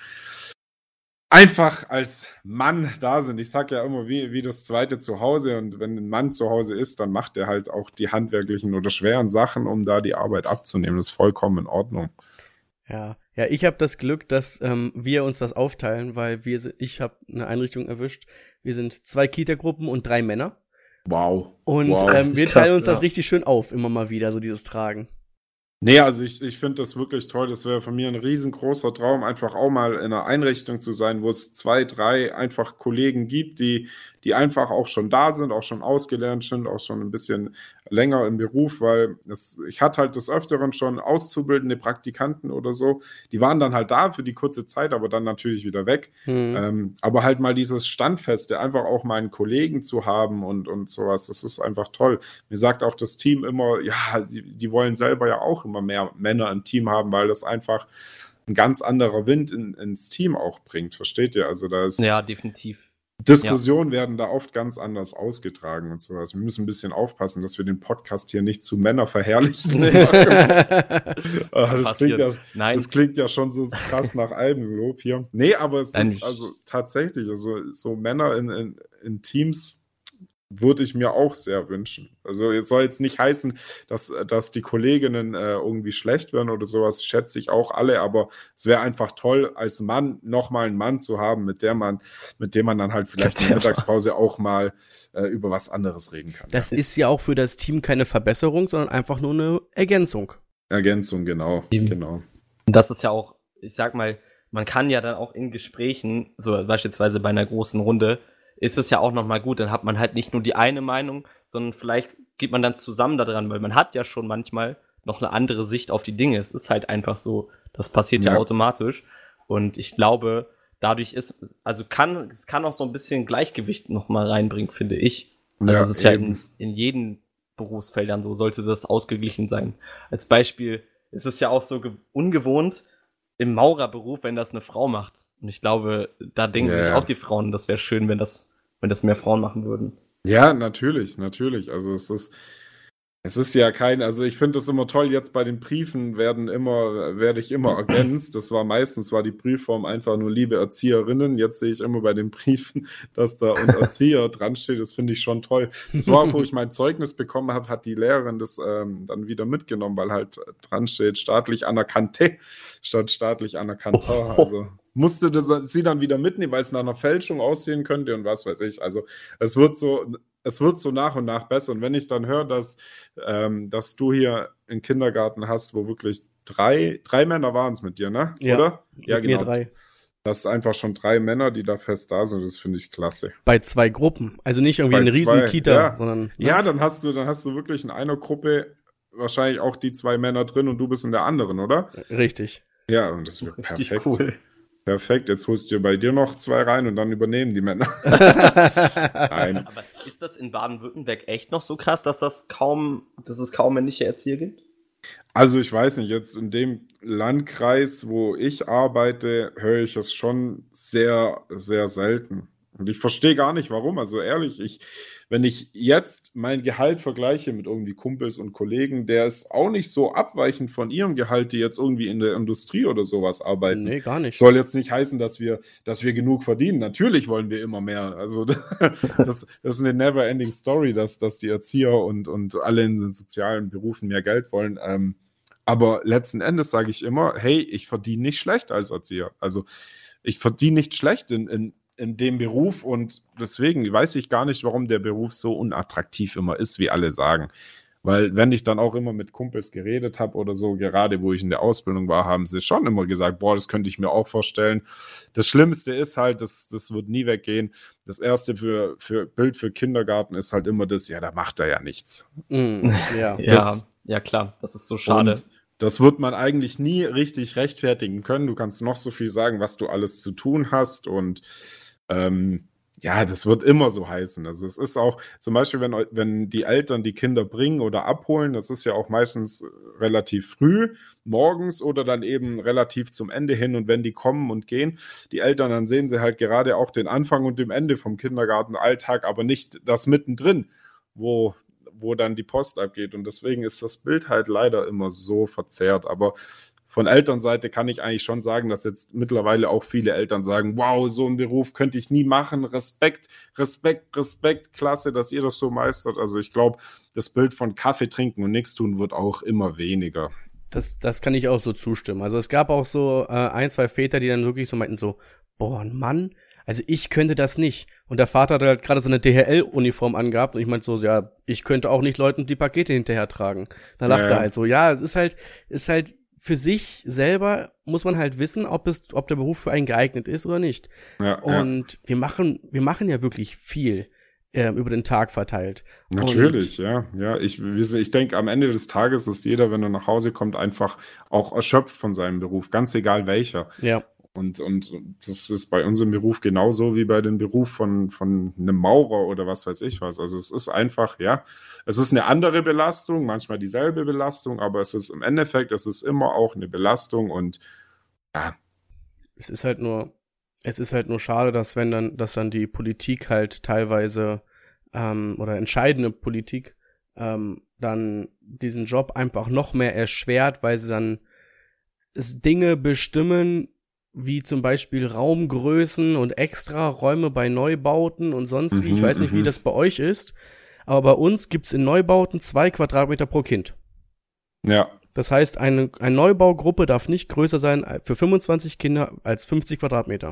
[SPEAKER 3] als Mann da sind. Ich sage ja immer, wie das zweite Zuhause. Und wenn ein Mann zu Hause ist, dann macht er halt auch die handwerklichen oder schweren Sachen, um da die Arbeit abzunehmen. Das ist vollkommen in Ordnung.
[SPEAKER 2] Ja, ich habe das Glück, dass wir uns das aufteilen, weil ich habe eine Einrichtung erwischt. Wir sind 2 Kita-Gruppen und 3 Männer.
[SPEAKER 3] Wow.
[SPEAKER 2] Und wir teilen uns das richtig schön auf, immer mal wieder, so dieses Tragen.
[SPEAKER 3] Nee, also ich finde das wirklich toll. Das wäre von mir ein riesengroßer Traum, einfach auch mal in einer Einrichtung zu sein, wo es 2, 3 einfach Kollegen gibt, die einfach auch schon da sind, auch schon ausgelernt sind, auch schon ein bisschen länger im Beruf, weil ich hatte halt des Öfteren schon auszubildende Praktikanten oder so, die waren dann halt da für die kurze Zeit, aber dann natürlich wieder weg. Aber halt mal dieses Standfeste, einfach auch mal einen Kollegen zu haben und sowas, das ist einfach toll. Mir sagt auch das Team immer, ja, die wollen selber ja auch immer mehr Männer im Team haben, weil das einfach ein ganz anderer Wind ins Team auch bringt, versteht ihr? Also da ist
[SPEAKER 1] ja, definitiv.
[SPEAKER 3] Diskussionen werden da oft ganz anders ausgetragen und sowas. Wir müssen ein bisschen aufpassen, dass wir den Podcast hier nicht zu Männer verherrlichen. Das klingt ja schon so krass nach Albenlob hier. Nee, aber es ist also tatsächlich, also so Männer in Teams würde ich mir auch sehr wünschen. Also es soll jetzt nicht heißen, dass die Kolleginnen irgendwie schlecht werden oder sowas, schätze ich auch alle, aber es wäre einfach toll, als Mann nochmal einen Mann zu haben, mit dem man dann halt vielleicht in der Mittagspause auch mal über was anderes reden kann.
[SPEAKER 2] Das ist ja auch für das Team keine Verbesserung, sondern einfach nur eine Ergänzung.
[SPEAKER 3] Ergänzung, genau.
[SPEAKER 1] Und das ist ja auch, ich sag mal, man kann ja dann auch in Gesprächen, so beispielsweise bei einer großen Runde, ist es ja auch nochmal gut, dann hat man halt nicht nur die eine Meinung, sondern vielleicht geht man dann zusammen da dran, weil man hat ja schon manchmal noch eine andere Sicht auf die Dinge. Es ist halt einfach so, das passiert ja automatisch. Und ich glaube, dadurch es kann auch so ein bisschen Gleichgewicht nochmal reinbringen, finde ich. Also es ist ja in jedem Berufsfeldern so, sollte das ausgeglichen sein. Als Beispiel ist es ja auch so ungewohnt, im Maurerberuf, wenn das eine Frau macht. Und ich glaube, da denken sich auch die Frauen, das wäre schön, wenn das mehr Frauen machen würden.
[SPEAKER 3] Ja, natürlich. Also es ist ja also ich finde das immer toll, jetzt bei den Briefen werde ich immer ergänzt. Meistens war die Briefform einfach nur liebe Erzieherinnen. Jetzt sehe ich immer bei den Briefen, dass da und Erzieher dran steht. Das finde ich schon toll. Das war auch, wo ich mein Zeugnis bekommen habe, hat die Lehrerin das dann wieder mitgenommen, weil halt dran steht staatlich anerkannte statt staatlich anerkannter. Also musste sie dann wieder mitnehmen, weil es nach einer Fälschung aussehen könnte und was weiß ich. Also es wird so nach und nach besser. Und wenn ich dann höre, dass du hier einen Kindergarten hast, wo wirklich drei Männer waren es mit dir, ne?
[SPEAKER 2] Ja,
[SPEAKER 3] oder? Ja,
[SPEAKER 2] genau. Mir 3.
[SPEAKER 3] Das sind einfach schon 3 Männer, die da fest da sind. Das finde ich klasse.
[SPEAKER 2] Bei 2 Gruppen. Also nicht irgendwie eine riesen Kita, sondern... Ne?
[SPEAKER 3] Ja, dann hast du wirklich in einer Gruppe wahrscheinlich auch die 2 Männer drin und du bist in der anderen, oder?
[SPEAKER 2] Richtig.
[SPEAKER 3] Ja, und das wird perfekt.
[SPEAKER 1] Cool.
[SPEAKER 3] Perfekt, jetzt holst du bei dir noch 2 rein und dann übernehmen die Männer. Nein.
[SPEAKER 1] Aber ist das in Baden-Württemberg echt noch so krass, dass es kaum männliche Erzieher gibt?
[SPEAKER 3] Also ich weiß nicht, jetzt in dem Landkreis, wo ich arbeite, höre ich es schon sehr, sehr selten. Und ich verstehe gar nicht, warum. Also ehrlich, wenn ich jetzt mein Gehalt vergleiche mit irgendwie Kumpels und Kollegen, der ist auch nicht so abweichend von ihrem Gehalt, die jetzt irgendwie in der Industrie oder sowas arbeiten.
[SPEAKER 2] Nee, gar nicht.
[SPEAKER 3] Soll jetzt nicht heißen, dass wir genug verdienen. Natürlich wollen wir immer mehr. Also das ist eine never-ending Story, dass die Erzieher und alle in den sozialen Berufen mehr Geld wollen. Aber letzten Endes sage ich immer, hey, ich verdiene nicht schlecht als Erzieher. Also ich verdiene nicht schlecht in dem Beruf und deswegen weiß ich gar nicht, warum der Beruf so unattraktiv immer ist, wie alle sagen. Weil wenn ich dann auch immer mit Kumpels geredet habe oder so, gerade wo ich in der Ausbildung war, haben sie schon immer gesagt, boah, das könnte ich mir auch vorstellen. Das Schlimmste ist halt, das wird nie weggehen. Das erste für Bild für Kindergarten ist halt immer das, ja, da macht er ja nichts.
[SPEAKER 1] Ja, klar, das ist so schade.
[SPEAKER 3] Und das wird man eigentlich nie richtig rechtfertigen können. Du kannst noch so viel sagen, was du alles zu tun hast und das wird immer so heißen. Also es ist auch, zum Beispiel, wenn die Eltern die Kinder bringen oder abholen, das ist ja auch meistens relativ früh, morgens oder dann eben relativ zum Ende hin. Und wenn die kommen und gehen, die Eltern, dann sehen sie halt gerade auch den Anfang und dem Ende vom Kindergartenalltag, aber nicht das mittendrin, wo dann die Post abgeht. Und deswegen ist das Bild halt leider immer so verzerrt. Aber von Elternseite kann ich eigentlich schon sagen, dass jetzt mittlerweile auch viele Eltern sagen, wow, so einen Beruf könnte ich nie machen, Respekt, klasse, dass ihr das so meistert. Also ich glaube, das Bild von Kaffee trinken und nichts tun wird auch immer weniger.
[SPEAKER 2] Das kann ich auch so zustimmen. Also es gab auch so 1, 2 Väter, die dann wirklich so meinten so, boah, ein Mann, also ich könnte das nicht. Und der Vater hat halt gerade so eine DHL-Uniform angehabt und ich meinte so, ja, ich könnte auch nicht Leuten die Pakete hinterher tragen. Da lacht er halt so, ja, es ist halt für sich selber muss man halt wissen, ob der Beruf für einen geeignet ist oder nicht. Und wir machen ja wirklich viel über den Tag verteilt.
[SPEAKER 3] Natürlich, ja. Ich denke, am Ende des Tages ist jeder, wenn er nach Hause kommt, einfach auch erschöpft von seinem Beruf, ganz egal welcher.
[SPEAKER 2] Ja.
[SPEAKER 3] Und das ist bei unserem Beruf genauso wie bei dem Beruf von einem Maurer oder was weiß ich was. Also es ist einfach, es ist eine andere Belastung, manchmal dieselbe Belastung, aber es ist im Endeffekt, es ist immer auch eine Belastung und ja.
[SPEAKER 2] Es ist halt nur schade, dass dann die Politik halt teilweise oder entscheidende Politik dann diesen Job einfach noch mehr erschwert, weil sie dann Dinge bestimmen, wie zum Beispiel Raumgrößen und Extraräume bei Neubauten und sonst wie. Ich weiß nicht, wie das bei euch ist, aber bei uns gibt's in Neubauten 2 Quadratmeter pro Kind.
[SPEAKER 3] Ja.
[SPEAKER 2] Das heißt, eine Neubaugruppe darf nicht größer sein für 25 Kinder als 50 Quadratmeter.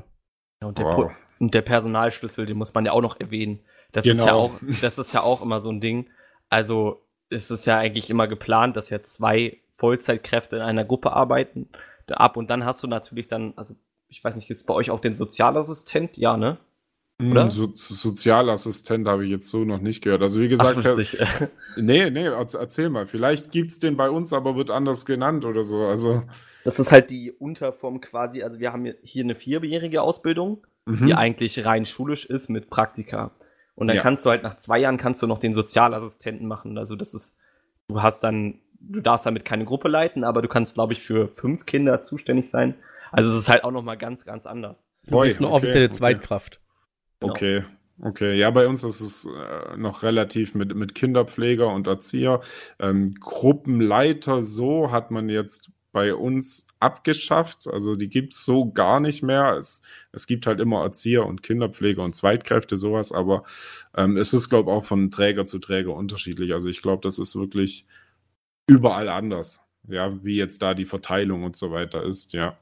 [SPEAKER 1] Und der Personalschlüssel, den muss man ja auch noch erwähnen. Das ist ja auch immer so ein Ding. Also es ist ja eigentlich immer geplant, dass ja 2 Vollzeitkräfte in einer Gruppe arbeiten. Und dann hast du natürlich also ich weiß nicht, gibt's bei euch auch den Sozialassistent? Ja, ne? Oder?
[SPEAKER 3] Sozialassistent habe ich jetzt so noch nicht gehört. Also wie gesagt, nee, erzähl mal. Vielleicht gibt's den bei uns, aber wird anders genannt oder so. Also
[SPEAKER 1] das ist halt die Unterform quasi. Also wir haben hier eine 4-jährige Ausbildung, die eigentlich rein schulisch ist mit Praktika. Und dann kannst du halt nach 2 Jahren noch den Sozialassistenten machen. Also du darfst damit keine Gruppe leiten, aber du kannst, glaube ich, für 5 Kinder zuständig sein. Also es ist halt auch nochmal ganz, ganz anders.
[SPEAKER 2] Du bist eine offizielle Zweitkraft.
[SPEAKER 3] Genau. Okay. Ja, bei uns ist es noch relativ mit Kinderpfleger und Erzieher. Gruppenleiter so hat man jetzt bei uns abgeschafft. Also die gibt es so gar nicht mehr. Es gibt halt immer Erzieher und Kinderpfleger und Zweitkräfte, sowas. Aber es ist, glaube ich, auch von Träger zu Träger unterschiedlich. Also ich glaube, das ist wirklich überall anders. Ja, wie jetzt da die Verteilung und so weiter ist, ja.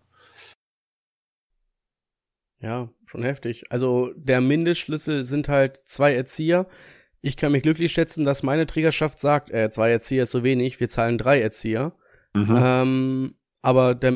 [SPEAKER 2] Ja, schon heftig. Also der Mindestschlüssel sind halt 2 Erzieher. Ich kann mich glücklich schätzen, dass meine Trägerschaft sagt, 2 Erzieher ist so wenig, wir zahlen 3 Erzieher. Aber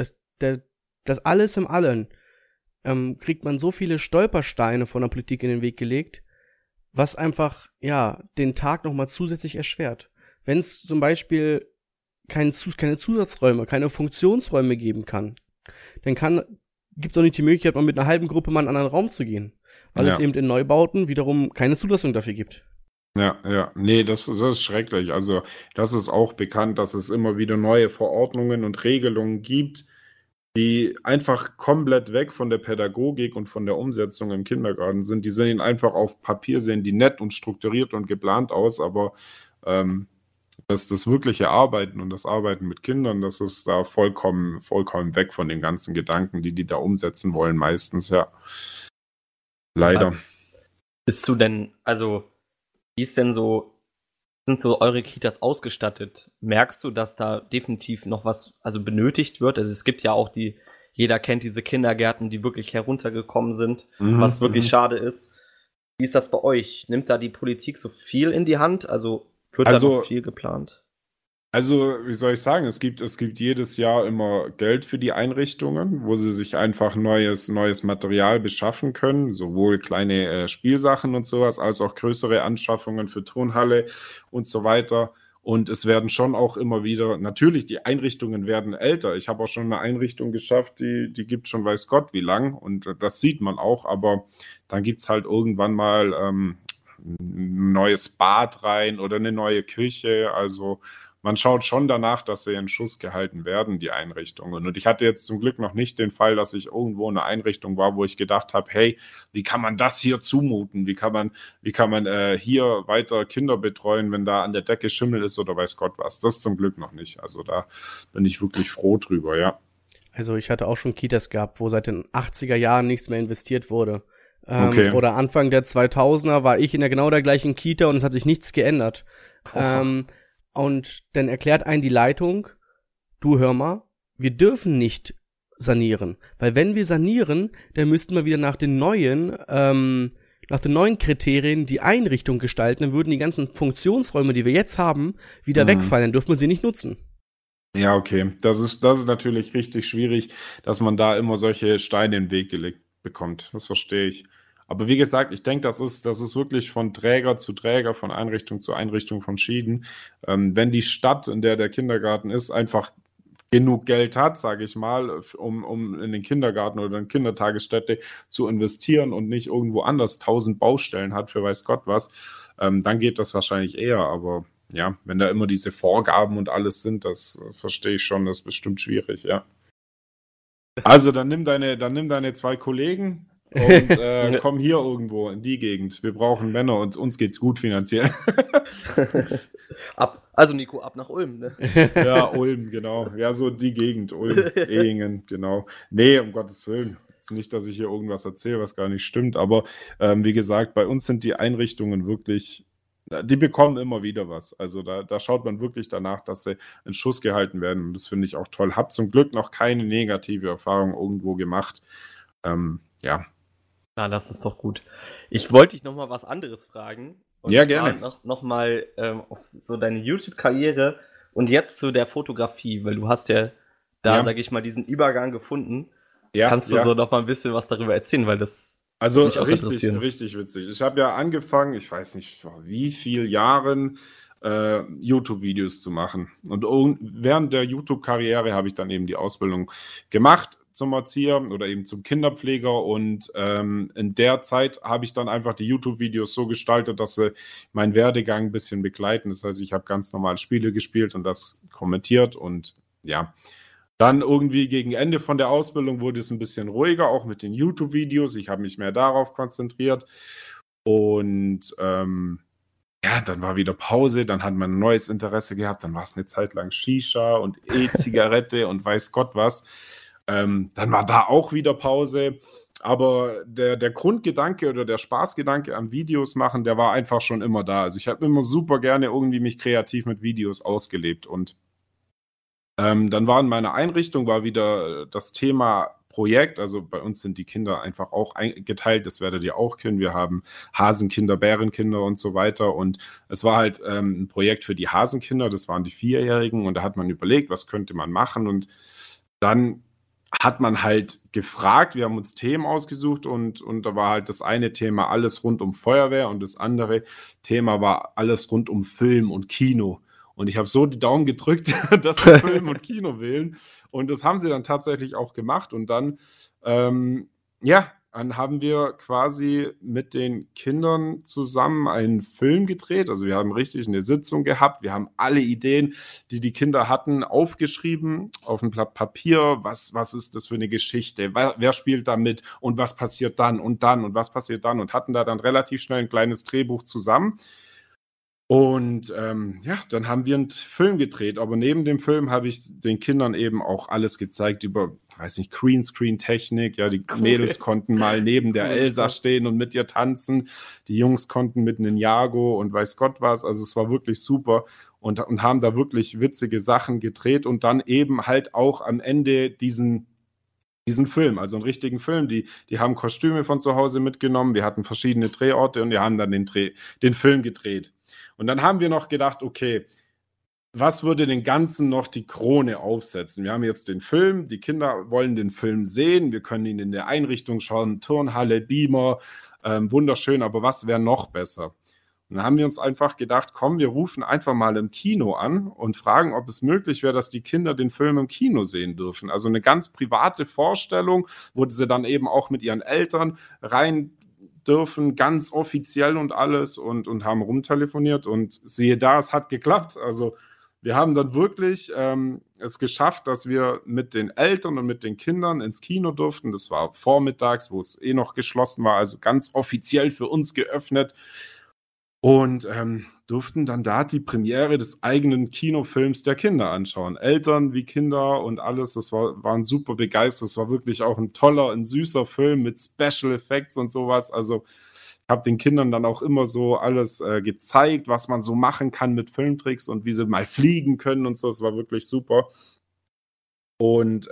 [SPEAKER 2] das alles im Allen kriegt man so viele Stolpersteine von der Politik in den Weg gelegt, was einfach, ja, den Tag nochmal zusätzlich erschwert. Wenn es zum Beispiel keine Zusatzräume, keine Funktionsräume geben kann, dann gibt es auch nicht die Möglichkeit, mal mit einer halben Gruppe mal in einen anderen Raum zu gehen. Weil es eben in Neubauten wiederum keine Zulassung dafür gibt.
[SPEAKER 3] Ja. Nee, das ist schrecklich. Also, das ist auch bekannt, dass es immer wieder neue Verordnungen und Regelungen gibt, die einfach komplett weg von der Pädagogik und von der Umsetzung im Kindergarten sind. Die sehen einfach auf Papier, sehen die nett und strukturiert und geplant aus, aber das wirkliche Arbeiten und das Arbeiten mit Kindern, das ist da vollkommen weg von den ganzen Gedanken, die da umsetzen wollen, meistens, ja. Leider.
[SPEAKER 1] Bist du denn, also, wie ist denn sind so eure Kitas ausgestattet? Merkst du, dass da definitiv noch was, also benötigt wird? Also es gibt ja auch jeder kennt diese Kindergärten, die wirklich heruntergekommen sind, was wirklich schade ist. Wie ist das bei euch? Nimmt da die Politik so viel in die Hand? Also wird da noch viel geplant?
[SPEAKER 3] Also, wie soll ich sagen, es gibt jedes Jahr immer Geld für die Einrichtungen, wo sie sich einfach neues Material beschaffen können, sowohl kleine Spielsachen und sowas, als auch größere Anschaffungen für Turnhalle und so weiter. Und es werden schon auch immer wieder, natürlich, die Einrichtungen werden älter. Ich habe auch schon eine Einrichtung geschafft, die gibt schon weiß Gott wie lang, und das sieht man auch, aber dann gibt es halt irgendwann mal ein neues Bad rein oder eine neue Küche, also man schaut schon danach, dass sie in Schuss gehalten werden, die Einrichtungen. Und ich hatte jetzt zum Glück noch nicht den Fall, dass ich irgendwo in einer Einrichtung war, wo ich gedacht habe, hey, wie kann man das hier zumuten? Wie kann man hier weiter Kinder betreuen, wenn da an der Decke Schimmel ist oder weiß Gott was? Das zum Glück noch nicht. Also da bin ich wirklich froh drüber, ja.
[SPEAKER 2] Also ich hatte auch schon Kitas gehabt, wo seit den 80er Jahren nichts mehr investiert wurde.
[SPEAKER 3] Okay.
[SPEAKER 2] Oder Anfang der 2000er war ich in genau der gleichen Kita und es hat sich nichts geändert. Und dann erklärt einen die Leitung, du hör mal, wir dürfen nicht sanieren. Weil wenn wir sanieren, dann müssten wir wieder nach den neuen Kriterien die Einrichtung gestalten, dann würden die ganzen Funktionsräume, die wir jetzt haben, wieder wegfallen, dann dürfen wir sie nicht nutzen.
[SPEAKER 3] Ja, okay. Das ist natürlich richtig schwierig, dass man da immer solche Steine in den Weg gelegt bekommt. Das verstehe ich. Aber wie gesagt, ich denke, das ist wirklich von Träger zu Träger, von Einrichtung zu Einrichtung verschieden. Wenn die Stadt, in der Kindergarten ist, einfach genug Geld hat, sage ich mal, um in den Kindergarten oder in Kindertagesstätte zu investieren und nicht irgendwo anders 1000 Baustellen hat für weiß Gott was, dann geht das wahrscheinlich eher. Aber ja, wenn da immer diese Vorgaben und alles sind, das verstehe ich schon, das ist bestimmt schwierig, ja. Also dann nimm deine 2 Kollegen und komm hier irgendwo in die Gegend. Wir brauchen Männer und uns geht's gut finanziell.
[SPEAKER 1] Also Nico, ab nach Ulm, ne?
[SPEAKER 3] Ja, Ulm, genau. Ja, so die Gegend, Ulm, Ehingen, genau. Nee, um Gottes Willen. Jetzt nicht, dass ich hier irgendwas erzähle, was gar nicht stimmt, aber wie gesagt, bei uns sind die Einrichtungen wirklich, die bekommen immer wieder was. Also da schaut man wirklich danach, dass sie in Schuss gehalten werden, und das finde ich auch toll. Hab zum Glück noch keine negative Erfahrung irgendwo gemacht. Ja.
[SPEAKER 1] Na, das ist doch gut. Ich wollte dich noch mal was anderes fragen. Und
[SPEAKER 3] ja, gerne.
[SPEAKER 1] Noch mal auf so deine YouTube-Karriere und jetzt zu der Fotografie, weil du hast ja da, sag ich mal, diesen Übergang gefunden. Ja, kannst du so noch mal ein bisschen was darüber erzählen, weil das
[SPEAKER 3] also richtig witzig. Ich habe ja angefangen, ich weiß nicht vor wie vielen Jahren, YouTube-Videos zu machen. Und während der YouTube-Karriere habe ich dann eben die Ausbildung gemacht zum Erzieher oder eben zum Kinderpfleger, und in der Zeit habe ich dann einfach die YouTube-Videos so gestaltet, dass sie meinen Werdegang ein bisschen begleiten. Das heißt, ich habe ganz normal Spiele gespielt und das kommentiert, und ja, Dann irgendwie gegen Ende von der Ausbildung wurde es ein bisschen ruhiger, auch mit den YouTube-Videos. Ich habe mich mehr darauf konzentriert. Und ja, dann war wieder Pause, dann hat man ein neues Interesse gehabt, dann war es eine Zeit lang Shisha und E-Zigarette und weiß Gott was. Dann war da auch wieder Pause. Aber der Grundgedanke oder der Spaßgedanke am Videos machen, der war einfach schon immer da. Also ich habe immer super gerne irgendwie mich kreativ mit Videos ausgelebt. Und dann war in meiner Einrichtung wieder das Thema Projekt. Also bei uns sind die Kinder einfach auch eingeteilt. Das werdet ihr auch kennen. Wir haben Hasenkinder, Bärenkinder und so weiter. Und es war halt ein Projekt für die Hasenkinder. Das waren die 4-Jährigen. Und da hat man überlegt, was könnte man machen. Und dann hat man halt gefragt, wir haben uns Themen ausgesucht und da war halt das eine Thema alles rund um Feuerwehr und das andere Thema war alles rund um Film und Kino. Und ich habe so die Daumen gedrückt, dass sie Film und Kino wählen. Und das haben sie dann tatsächlich auch gemacht. Und dann, dann haben wir quasi mit den Kindern zusammen einen Film gedreht. Also wir haben richtig eine Sitzung gehabt. Wir haben alle Ideen, die die Kinder hatten, aufgeschrieben auf ein Blatt Papier. Was ist das für eine Geschichte? Wer spielt da mit? Und was passiert dann? Und was passiert dann? Und hatten da dann relativ schnell ein kleines Drehbuch zusammen. Und dann haben wir einen Film gedreht, aber neben dem Film habe ich den Kindern eben auch alles gezeigt über, weiß nicht, Greenscreen-Technik. Ja, die Mädels konnten mal neben der Elsa stehen und mit ihr tanzen. Die Jungs konnten mit Ninjago und weiß Gott was. Also es war wirklich super und haben da wirklich witzige Sachen gedreht und dann eben halt auch am Ende diesen Film, also einen richtigen Film. Die haben Kostüme von zu Hause mitgenommen. Wir hatten verschiedene Drehorte und wir haben dann den Film gedreht. Und dann haben wir noch gedacht, okay, was würde den Ganzen noch die Krone aufsetzen? Wir haben jetzt den Film, die Kinder wollen den Film sehen, wir können ihn in der Einrichtung schauen, Turnhalle, Beamer, wunderschön, aber was wäre noch besser? Und dann haben wir uns einfach gedacht, komm, wir rufen einfach mal im Kino an und fragen, ob es möglich wäre, dass die Kinder den Film im Kino sehen dürfen. Also eine ganz private Vorstellung, wo sie dann eben auch mit ihren Eltern rein dürfen, ganz offiziell und alles und haben rumtelefoniert und siehe da, es hat geklappt. Also wir haben dann wirklich es geschafft, dass wir mit den Eltern und mit den Kindern ins Kino durften. Das war vormittags, wo es noch geschlossen war, also ganz offiziell für uns geöffnet. Und durften dann da die Premiere des eigenen Kinofilms der Kinder anschauen. Eltern wie Kinder und alles, das waren super begeistert. Es war wirklich auch ein toller, ein süßer Film mit Special Effects und sowas. Also ich habe den Kindern dann auch immer so alles gezeigt, was man so machen kann mit Filmtricks und wie sie mal fliegen können und so. Es war wirklich super. Und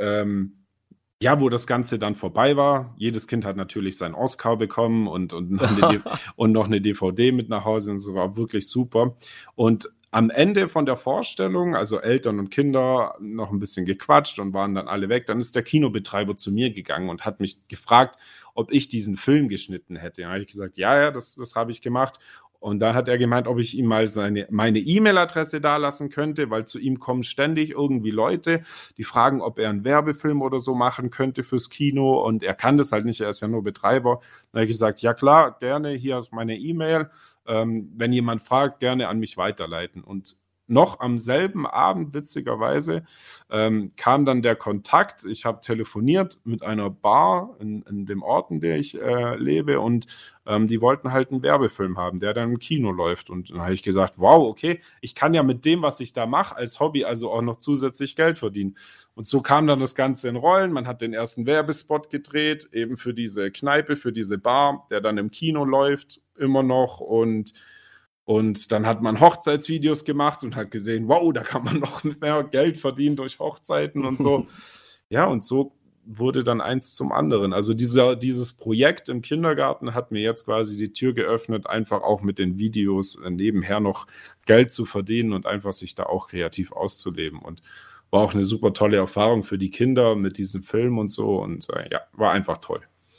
[SPEAKER 3] wo das Ganze dann vorbei war, jedes Kind hat natürlich seinen Oscar bekommen und noch eine DVD mit nach Hause und so, war wirklich super. Und am Ende von der Vorstellung, also Eltern und Kinder, noch ein bisschen gequatscht und waren dann alle weg. Dann ist der Kinobetreiber zu mir gegangen und hat mich gefragt, ob ich diesen Film geschnitten hätte. Dann habe ich gesagt, ja, das habe ich gemacht. Und dann hat er gemeint, ob ich ihm mal meine E-Mail-Adresse dalassen könnte, weil zu ihm kommen ständig irgendwie Leute, die fragen, ob er einen Werbefilm oder so machen könnte fürs Kino. Und er kann das halt nicht, er ist ja nur Betreiber. Dann habe ich gesagt, ja klar, gerne, hier ist meine E-Mail. Wenn jemand fragt, gerne an mich weiterleiten. Und noch am selben Abend, witzigerweise, kam dann der Kontakt. Ich habe telefoniert mit einer Bar in dem Ort, in der ich lebe und die wollten halt einen Werbefilm haben, der dann im Kino läuft. Und dann habe ich gesagt, wow, okay, ich kann ja mit dem, was ich da mache, als Hobby also auch noch zusätzlich Geld verdienen. Und so kam dann das Ganze in Rollen. Man hat den ersten Werbespot gedreht, eben für diese Kneipe, für diese Bar, der dann im Kino läuft, immer noch. Und dann hat man Hochzeitsvideos gemacht und hat gesehen, wow, da kann man noch mehr Geld verdienen durch Hochzeiten und so. Ja, und so wurde dann eins zum anderen. Also dieses Projekt im Kindergarten hat mir jetzt quasi die Tür geöffnet, einfach auch mit den Videos nebenher noch Geld zu verdienen und einfach sich da auch kreativ auszuleben. Und war auch eine super tolle Erfahrung für die Kinder mit diesem Film und so. Und war einfach toll.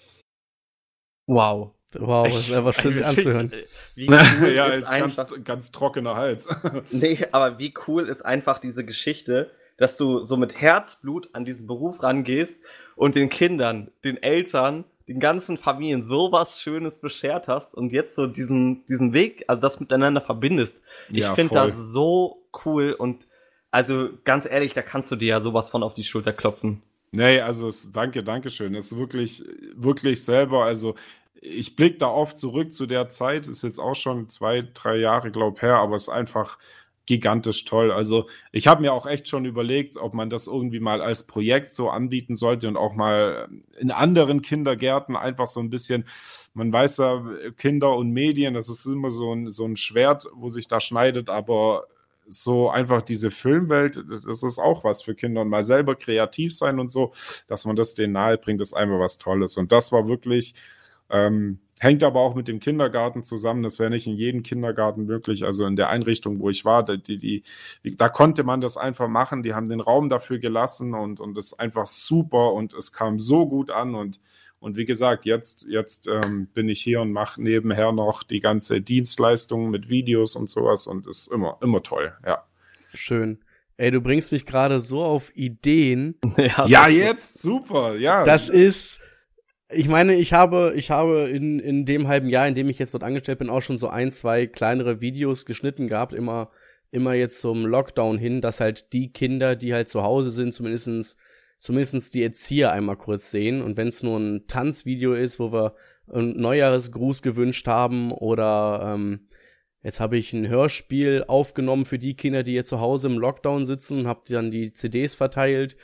[SPEAKER 2] Wow. Wow, das ist einfach schön anzuhören.
[SPEAKER 1] Wie cool
[SPEAKER 3] ja,
[SPEAKER 1] ist
[SPEAKER 3] einfach ganz trockener Hals.
[SPEAKER 1] Nee, aber wie cool ist einfach diese Geschichte, dass du so mit Herzblut an diesen Beruf rangehst und den Kindern, den Eltern, den ganzen Familien sowas Schönes beschert hast und jetzt so diesen Weg, also das miteinander verbindest. Ich finde das so cool und Also ganz ehrlich, da kannst du dir ja sowas von auf die Schulter klopfen.
[SPEAKER 3] Nee, also danke schön. Es ist wirklich, wirklich selber, also ich blicke da oft zurück zu der Zeit, ist jetzt auch schon 2-3 Jahre, glaube ich, her, aber es ist einfach gigantisch toll. Also ich habe mir auch echt schon überlegt, ob man das irgendwie mal als Projekt so anbieten sollte und auch mal in anderen Kindergärten einfach so ein bisschen, man weiß ja, Kinder und Medien, das ist immer so ein Schwert, wo sich da schneidet, aber so einfach diese Filmwelt, das ist auch was für Kinder und mal selber kreativ sein und so, dass man das denen nahe bringt, ist einfach was Tolles. Und das war wirklich, hängt aber auch mit dem Kindergarten zusammen. Das wäre nicht in jedem Kindergarten möglich. Also in der Einrichtung, wo ich war, da konnte man das einfach machen. Die haben den Raum dafür gelassen und das ist einfach super und es kam so gut an und wie gesagt, jetzt bin ich hier und mache nebenher noch die ganze Dienstleistung mit Videos und sowas und ist immer toll, ja.
[SPEAKER 2] Schön. Ey, du bringst mich gerade so auf Ideen.
[SPEAKER 3] Ja, jetzt, super, ja.
[SPEAKER 2] Das ist, ich meine, ich habe in dem halben Jahr, in dem ich jetzt dort angestellt bin, auch schon so 1-2 kleinere Videos geschnitten gehabt, immer jetzt zum Lockdown hin, dass halt die Kinder, die halt zu Hause sind, zumindest die Erzieher einmal kurz sehen. Und wenn es nur ein Tanzvideo ist, wo wir einen Neujahresgruß gewünscht haben oder jetzt habe ich ein Hörspiel aufgenommen für die Kinder, die jetzt zu Hause im Lockdown sitzen und habe dann die CDs verteilt.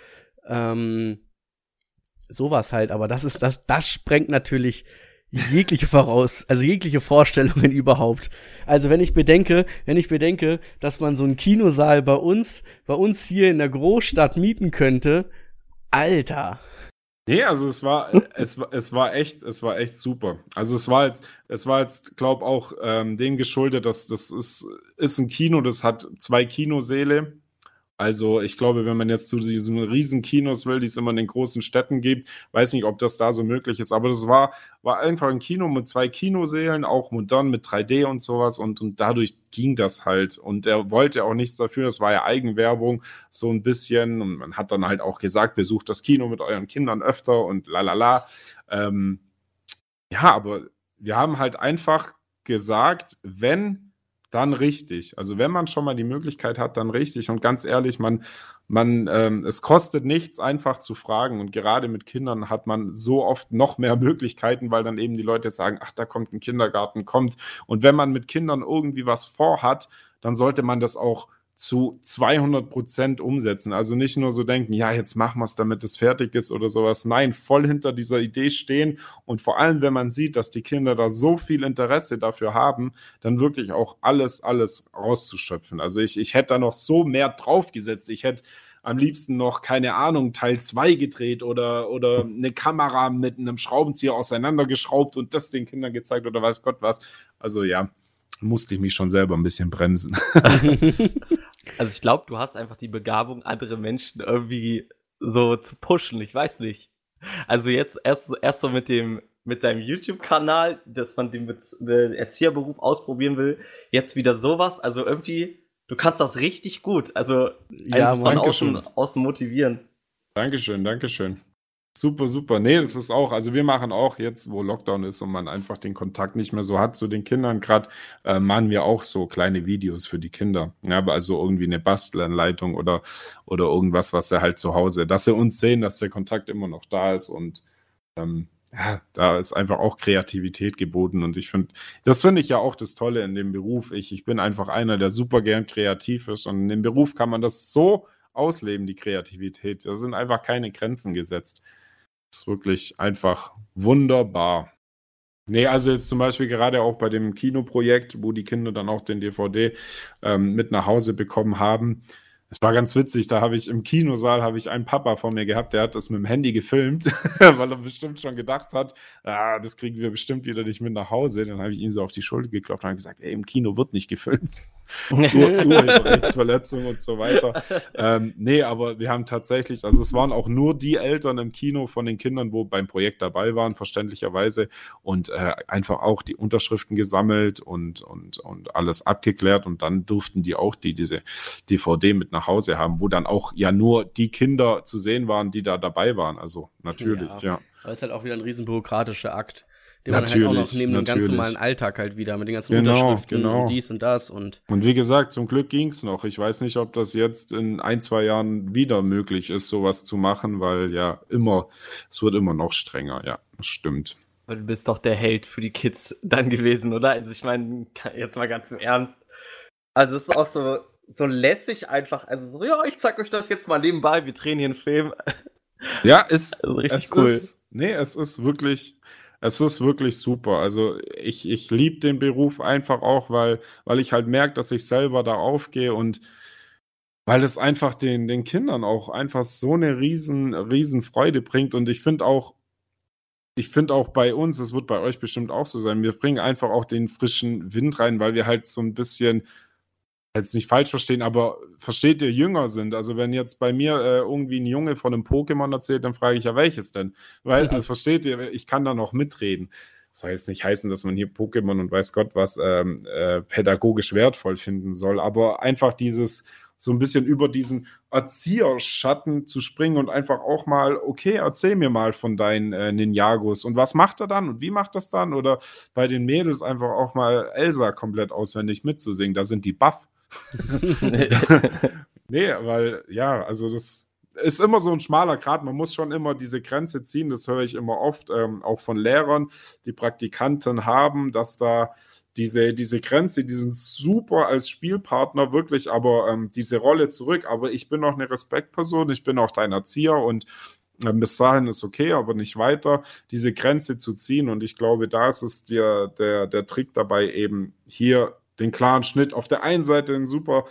[SPEAKER 2] Sowas halt, aber das sprengt natürlich jegliche jegliche Vorstellungen überhaupt. Also wenn ich bedenke, dass man so einen Kinosaal bei uns hier in der Großstadt mieten könnte, Alter.
[SPEAKER 3] Nee, also es war echt super. Also es war jetzt, glaub auch dem geschuldet, dass das ist ein Kino, das hat 2 Kinosäle. Also ich glaube, wenn man jetzt zu diesen riesen Kinos will, die es immer in den großen Städten gibt, weiß nicht, ob das da so möglich ist. Aber das war einfach ein Kino mit 2 Kinosälen, auch modern mit 3D und sowas. Und dadurch ging das halt. Und er wollte auch nichts dafür. Das war ja Eigenwerbung so ein bisschen. Und man hat dann halt auch gesagt, besucht das Kino mit euren Kindern öfter und lalala. Ja, aber wir haben halt einfach gesagt, wenn dann richtig. Also wenn man schon mal die Möglichkeit hat, dann richtig. Und ganz ehrlich, es kostet nichts, einfach zu fragen. Und gerade mit Kindern hat man so oft noch mehr Möglichkeiten, weil dann eben die Leute sagen, ach, da kommt ein Kindergarten, kommt. Und wenn man mit Kindern irgendwie was vorhat, dann sollte man das auch zu 200% umsetzen. Also nicht nur so denken, ja, jetzt machen wir es, damit es fertig ist oder sowas. Nein, voll hinter dieser Idee stehen und vor allem, wenn man sieht, dass die Kinder da so viel Interesse dafür haben, dann wirklich auch alles rauszuschöpfen. Also ich hätte da noch so mehr draufgesetzt. Ich hätte am liebsten noch, keine Ahnung, Teil 2 gedreht oder eine Kamera mit einem Schraubenzieher auseinandergeschraubt und das den Kindern gezeigt oder weiß Gott was. Also ja, musste ich mich schon selber ein bisschen bremsen.
[SPEAKER 1] Also ich glaube, du hast einfach die Begabung, andere Menschen irgendwie so zu pushen. Ich weiß nicht. Also jetzt erst so mit deinem YouTube-Kanal, dass man den Erzieherberuf ausprobieren will, jetzt wieder sowas. Also irgendwie, du kannst das richtig gut. Also
[SPEAKER 2] ja,
[SPEAKER 1] von außen motivieren.
[SPEAKER 3] Dankeschön. Super. Nee, das ist auch, also wir machen auch jetzt, wo Lockdown ist und man einfach den Kontakt nicht mehr so hat zu den Kindern, gerade machen wir auch so kleine Videos für die Kinder. Ja, also irgendwie eine Bastelanleitung oder irgendwas, was sie halt zu Hause, dass sie uns sehen, dass der Kontakt immer noch da ist und ja, da ist einfach auch Kreativität geboten und das finde ich ja auch das Tolle in dem Beruf. Ich bin einfach einer, der super gern kreativ ist und in dem Beruf kann man das so ausleben, die Kreativität. Da sind einfach keine Grenzen gesetzt. Das ist wirklich einfach wunderbar. Nee, also jetzt zum Beispiel gerade auch bei dem Kinoprojekt, wo die Kinder dann auch den DVD mit nach Hause bekommen haben. Es war ganz witzig, da habe ich im Kinosaal einen Papa vor mir gehabt, der hat das mit dem Handy gefilmt, weil er bestimmt schon gedacht hat, das kriegen wir bestimmt wieder nicht mit nach Hause. Dann habe ich ihn so auf die Schulter geklopft und habe gesagt, ey, im Kino wird nicht gefilmt. Urheberrechtsverletzung und so weiter. Nee, aber wir haben tatsächlich, also es waren auch nur die Eltern im Kino von den Kindern, wo beim Projekt dabei waren, verständlicherweise, und einfach auch die Unterschriften gesammelt und alles abgeklärt und dann durften die auch diese DVD mit nach Hause haben, wo dann auch ja nur die Kinder zu sehen waren, die da dabei waren. Also natürlich, ja.
[SPEAKER 2] Aber es ist halt auch wieder ein riesen bürokratischer Akt. den man halt auch noch neben dem ganz normalen Alltag halt wieder mit den ganzen Unterschriften und dies und das und
[SPEAKER 3] wie gesagt, zum Glück ging's noch. Ich weiß nicht, ob das jetzt in 1-2 Jahren wieder möglich ist, sowas zu machen, weil es wird immer noch strenger, ja, das stimmt.
[SPEAKER 1] Aber du bist doch der Held für die Kids dann gewesen, oder? Also ich meine, jetzt mal ganz im Ernst. Also es ist auch so lässig einfach, also so, ja, ich zeig euch das jetzt mal nebenbei, wir drehen hier einen Film.
[SPEAKER 3] Ja,
[SPEAKER 1] also richtig cool.
[SPEAKER 3] Es ist wirklich super. Also ich liebe den Beruf einfach auch, weil ich halt merke, dass ich selber da aufgehe und weil es einfach den Kindern auch einfach so eine riesen Freude bringt. Und ich finde auch bei uns, es wird bei euch bestimmt auch so sein, wir bringen einfach auch den frischen Wind rein, weil wir halt so ein bisschen, jetzt nicht falsch verstehen, aber versteht ihr, jünger sind. Also wenn jetzt bei mir irgendwie ein Junge von einem Pokémon erzählt, dann frage ich ja, welches denn? Weil, versteht ihr, ich kann da noch mitreden. Soll jetzt nicht heißen, dass man hier Pokémon und weiß Gott was pädagogisch wertvoll finden soll, aber einfach dieses so ein bisschen über diesen Erzieherschatten zu springen und einfach auch mal, okay, erzähl mir mal von deinen Ninjagos und was macht er dann und wie macht das dann? Oder bei den Mädels einfach auch mal Elsa komplett auswendig mitzusingen, da sind die baff. Nee, weil, ja, also das ist immer so ein schmaler Grat, man muss schon immer diese Grenze ziehen, das höre ich immer oft, auch von Lehrern, die Praktikanten haben, dass da diese Grenze, die sind super als Spielpartner, wirklich, aber diese Rolle zurück, aber ich bin auch eine Respektperson, ich bin auch dein Erzieher und bis dahin ist okay, aber nicht weiter, diese Grenze zu ziehen und ich glaube, da ist es der Trick dabei, eben hier den klaren Schnitt, auf der einen Seite ein super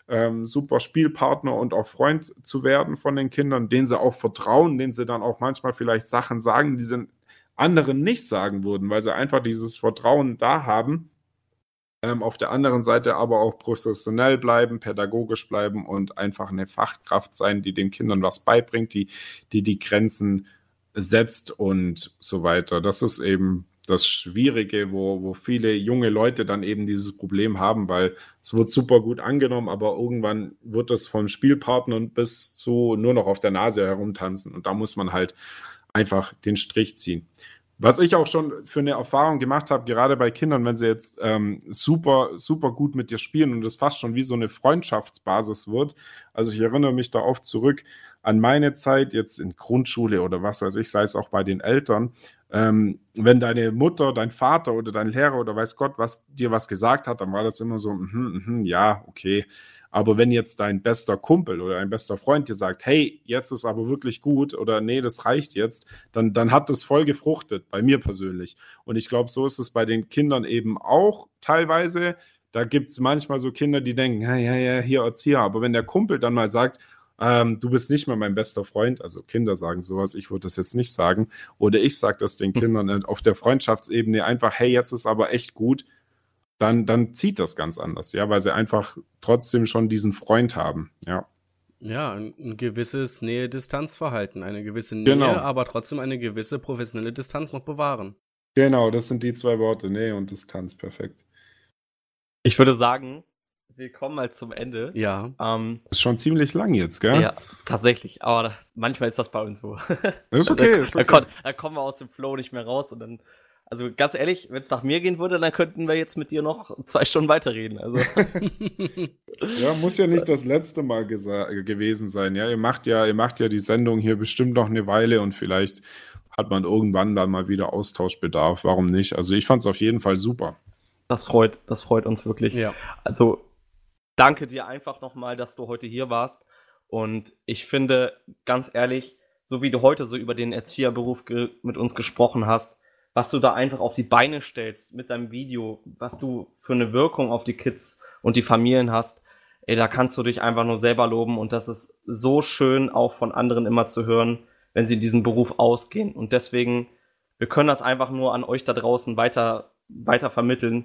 [SPEAKER 3] Spielpartner und auch Freund zu werden von den Kindern, denen sie auch vertrauen, denen sie dann auch manchmal vielleicht Sachen sagen, die sie anderen nicht sagen würden, weil sie einfach dieses Vertrauen da haben. Auf der anderen Seite aber auch professionell bleiben, pädagogisch bleiben und einfach eine Fachkraft sein, die den Kindern was beibringt, die Grenzen setzt und so weiter. Das ist eben das Schwierige, wo viele junge Leute dann eben dieses Problem haben, weil es wird super gut angenommen, aber irgendwann wird es vom Spielpartner bis zu nur noch auf der Nase herumtanzen und da muss man halt einfach den Strich ziehen. Was ich auch schon für eine Erfahrung gemacht habe, gerade bei Kindern, wenn sie jetzt super gut mit dir spielen und es fast schon wie so eine Freundschaftsbasis wird. Also ich erinnere mich da oft zurück an meine Zeit, jetzt in Grundschule oder was weiß ich, sei es auch bei den Eltern. Wenn deine Mutter, dein Vater oder dein Lehrer oder weiß Gott dir was gesagt hat, dann war das immer so, ja, okay. Aber wenn jetzt dein bester Kumpel oder dein bester Freund dir sagt, hey, jetzt ist aber wirklich gut oder nee, das reicht jetzt, dann hat das voll gefruchtet, bei mir persönlich. Und ich glaube, so ist es bei den Kindern eben auch teilweise. Da gibt es manchmal so Kinder, die denken, ja, hier Erzieher. Aber wenn der Kumpel dann mal sagt, du bist nicht mehr mein bester Freund, also Kinder sagen sowas, ich würde das jetzt nicht sagen, oder ich sage das den Kindern auf der Freundschaftsebene einfach, hey, jetzt ist aber echt gut, dann zieht das ganz anders, ja, weil sie einfach trotzdem schon diesen Freund haben, ja.
[SPEAKER 2] Ja, ein gewisses Nähe-Distanz-Verhalten, eine gewisse Nähe, aber trotzdem eine gewisse professionelle Distanz noch bewahren.
[SPEAKER 3] Genau, das sind die 2 Worte, Nähe und Distanz, perfekt.
[SPEAKER 1] Ich würde sagen, wir kommen mal zum Ende.
[SPEAKER 2] Ja.
[SPEAKER 3] Ist schon ziemlich lang jetzt, gell?
[SPEAKER 1] Ja, tatsächlich, aber manchmal ist das bei uns so.
[SPEAKER 3] Ist okay, ist okay.
[SPEAKER 1] Da kommen wir aus dem Flow nicht mehr raus und dann, also ganz ehrlich, wenn es nach mir gehen würde, dann könnten wir jetzt mit dir noch 2 Stunden weiterreden. Also.
[SPEAKER 3] Ja, muss ja nicht das letzte Mal gewesen sein. Ja, ihr macht ja die Sendung hier bestimmt noch eine Weile und vielleicht hat man irgendwann dann mal wieder Austauschbedarf. Warum nicht? Also ich fand es auf jeden Fall super.
[SPEAKER 1] Das freut uns wirklich.
[SPEAKER 2] Ja.
[SPEAKER 1] Also danke dir einfach nochmal, dass du heute hier warst. Und ich finde, ganz ehrlich, so wie du heute so über den Erzieherberuf mit uns gesprochen hast, was du da einfach auf die Beine stellst mit deinem Video, was du für eine Wirkung auf die Kids und die Familien hast, da kannst du dich einfach nur selber loben. Und das ist so schön, auch von anderen immer zu hören, wenn sie in diesen Beruf ausgehen. Und deswegen, wir können das einfach nur an euch da draußen weiter vermitteln.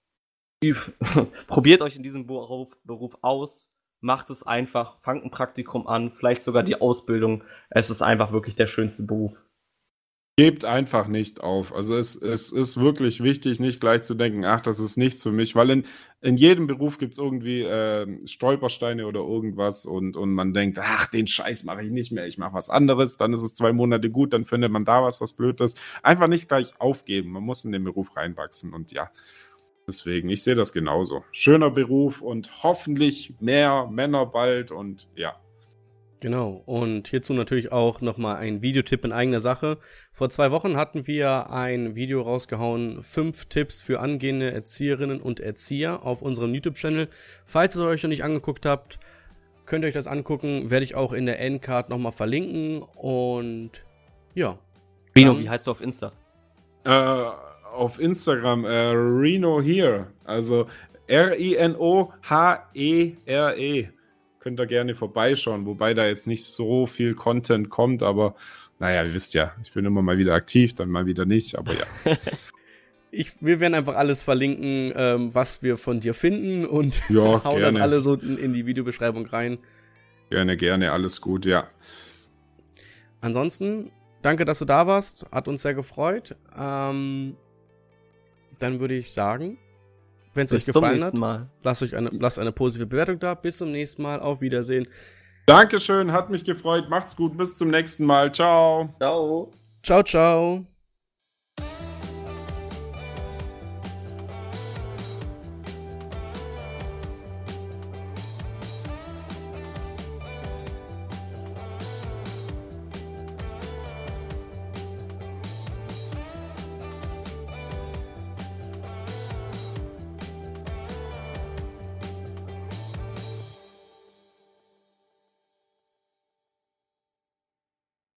[SPEAKER 1] Probiert euch in diesem Beruf aus, macht es einfach, fangt ein Praktikum an, vielleicht sogar die Ausbildung. Es ist einfach wirklich der schönste Beruf.
[SPEAKER 3] Gebt einfach nicht auf. Also es ist wirklich wichtig, nicht gleich zu denken, ach, das ist nichts für mich, weil in jedem Beruf gibt es irgendwie Stolpersteine oder irgendwas und man denkt, ach, den Scheiß mache ich nicht mehr, ich mache was anderes, dann ist es 2 Monate gut, dann findet man da was blöd ist. Einfach nicht gleich aufgeben, man muss in den Beruf reinwachsen und ja, deswegen, ich sehe das genauso. Schöner Beruf und hoffentlich mehr Männer bald und ja.
[SPEAKER 2] Genau, und hierzu natürlich auch nochmal ein Videotipp in eigener Sache. Vor 2 Wochen hatten wir ein Video rausgehauen, 5 Tipps für angehende Erzieherinnen und Erzieher auf unserem YouTube-Channel. Falls ihr es euch noch nicht angeguckt habt, könnt ihr euch das angucken, werde ich auch in der Endcard nochmal verlinken und ja.
[SPEAKER 1] Reno, wie heißt du auf Insta?
[SPEAKER 3] Auf Instagram, Reno Here, also RINOHERE. Könnt ihr gerne vorbeischauen, wobei da jetzt nicht so viel Content kommt, aber naja, ihr wisst ja, ich bin immer mal wieder aktiv, dann mal wieder nicht, aber ja.
[SPEAKER 2] Wir werden einfach alles verlinken, was wir von dir finden und
[SPEAKER 3] ja,
[SPEAKER 2] hauen das alle so in die Videobeschreibung rein.
[SPEAKER 3] Gerne, alles gut, ja.
[SPEAKER 2] Ansonsten, danke, dass du da warst, hat uns sehr gefreut. Dann würde ich sagen, wenn es euch gefallen hat, lasst eine positive Bewertung da. Bis zum nächsten Mal. Auf Wiedersehen.
[SPEAKER 3] Dankeschön, hat mich gefreut. Macht's gut. Bis zum nächsten Mal. Ciao.
[SPEAKER 1] Ciao.
[SPEAKER 2] Ciao, ciao.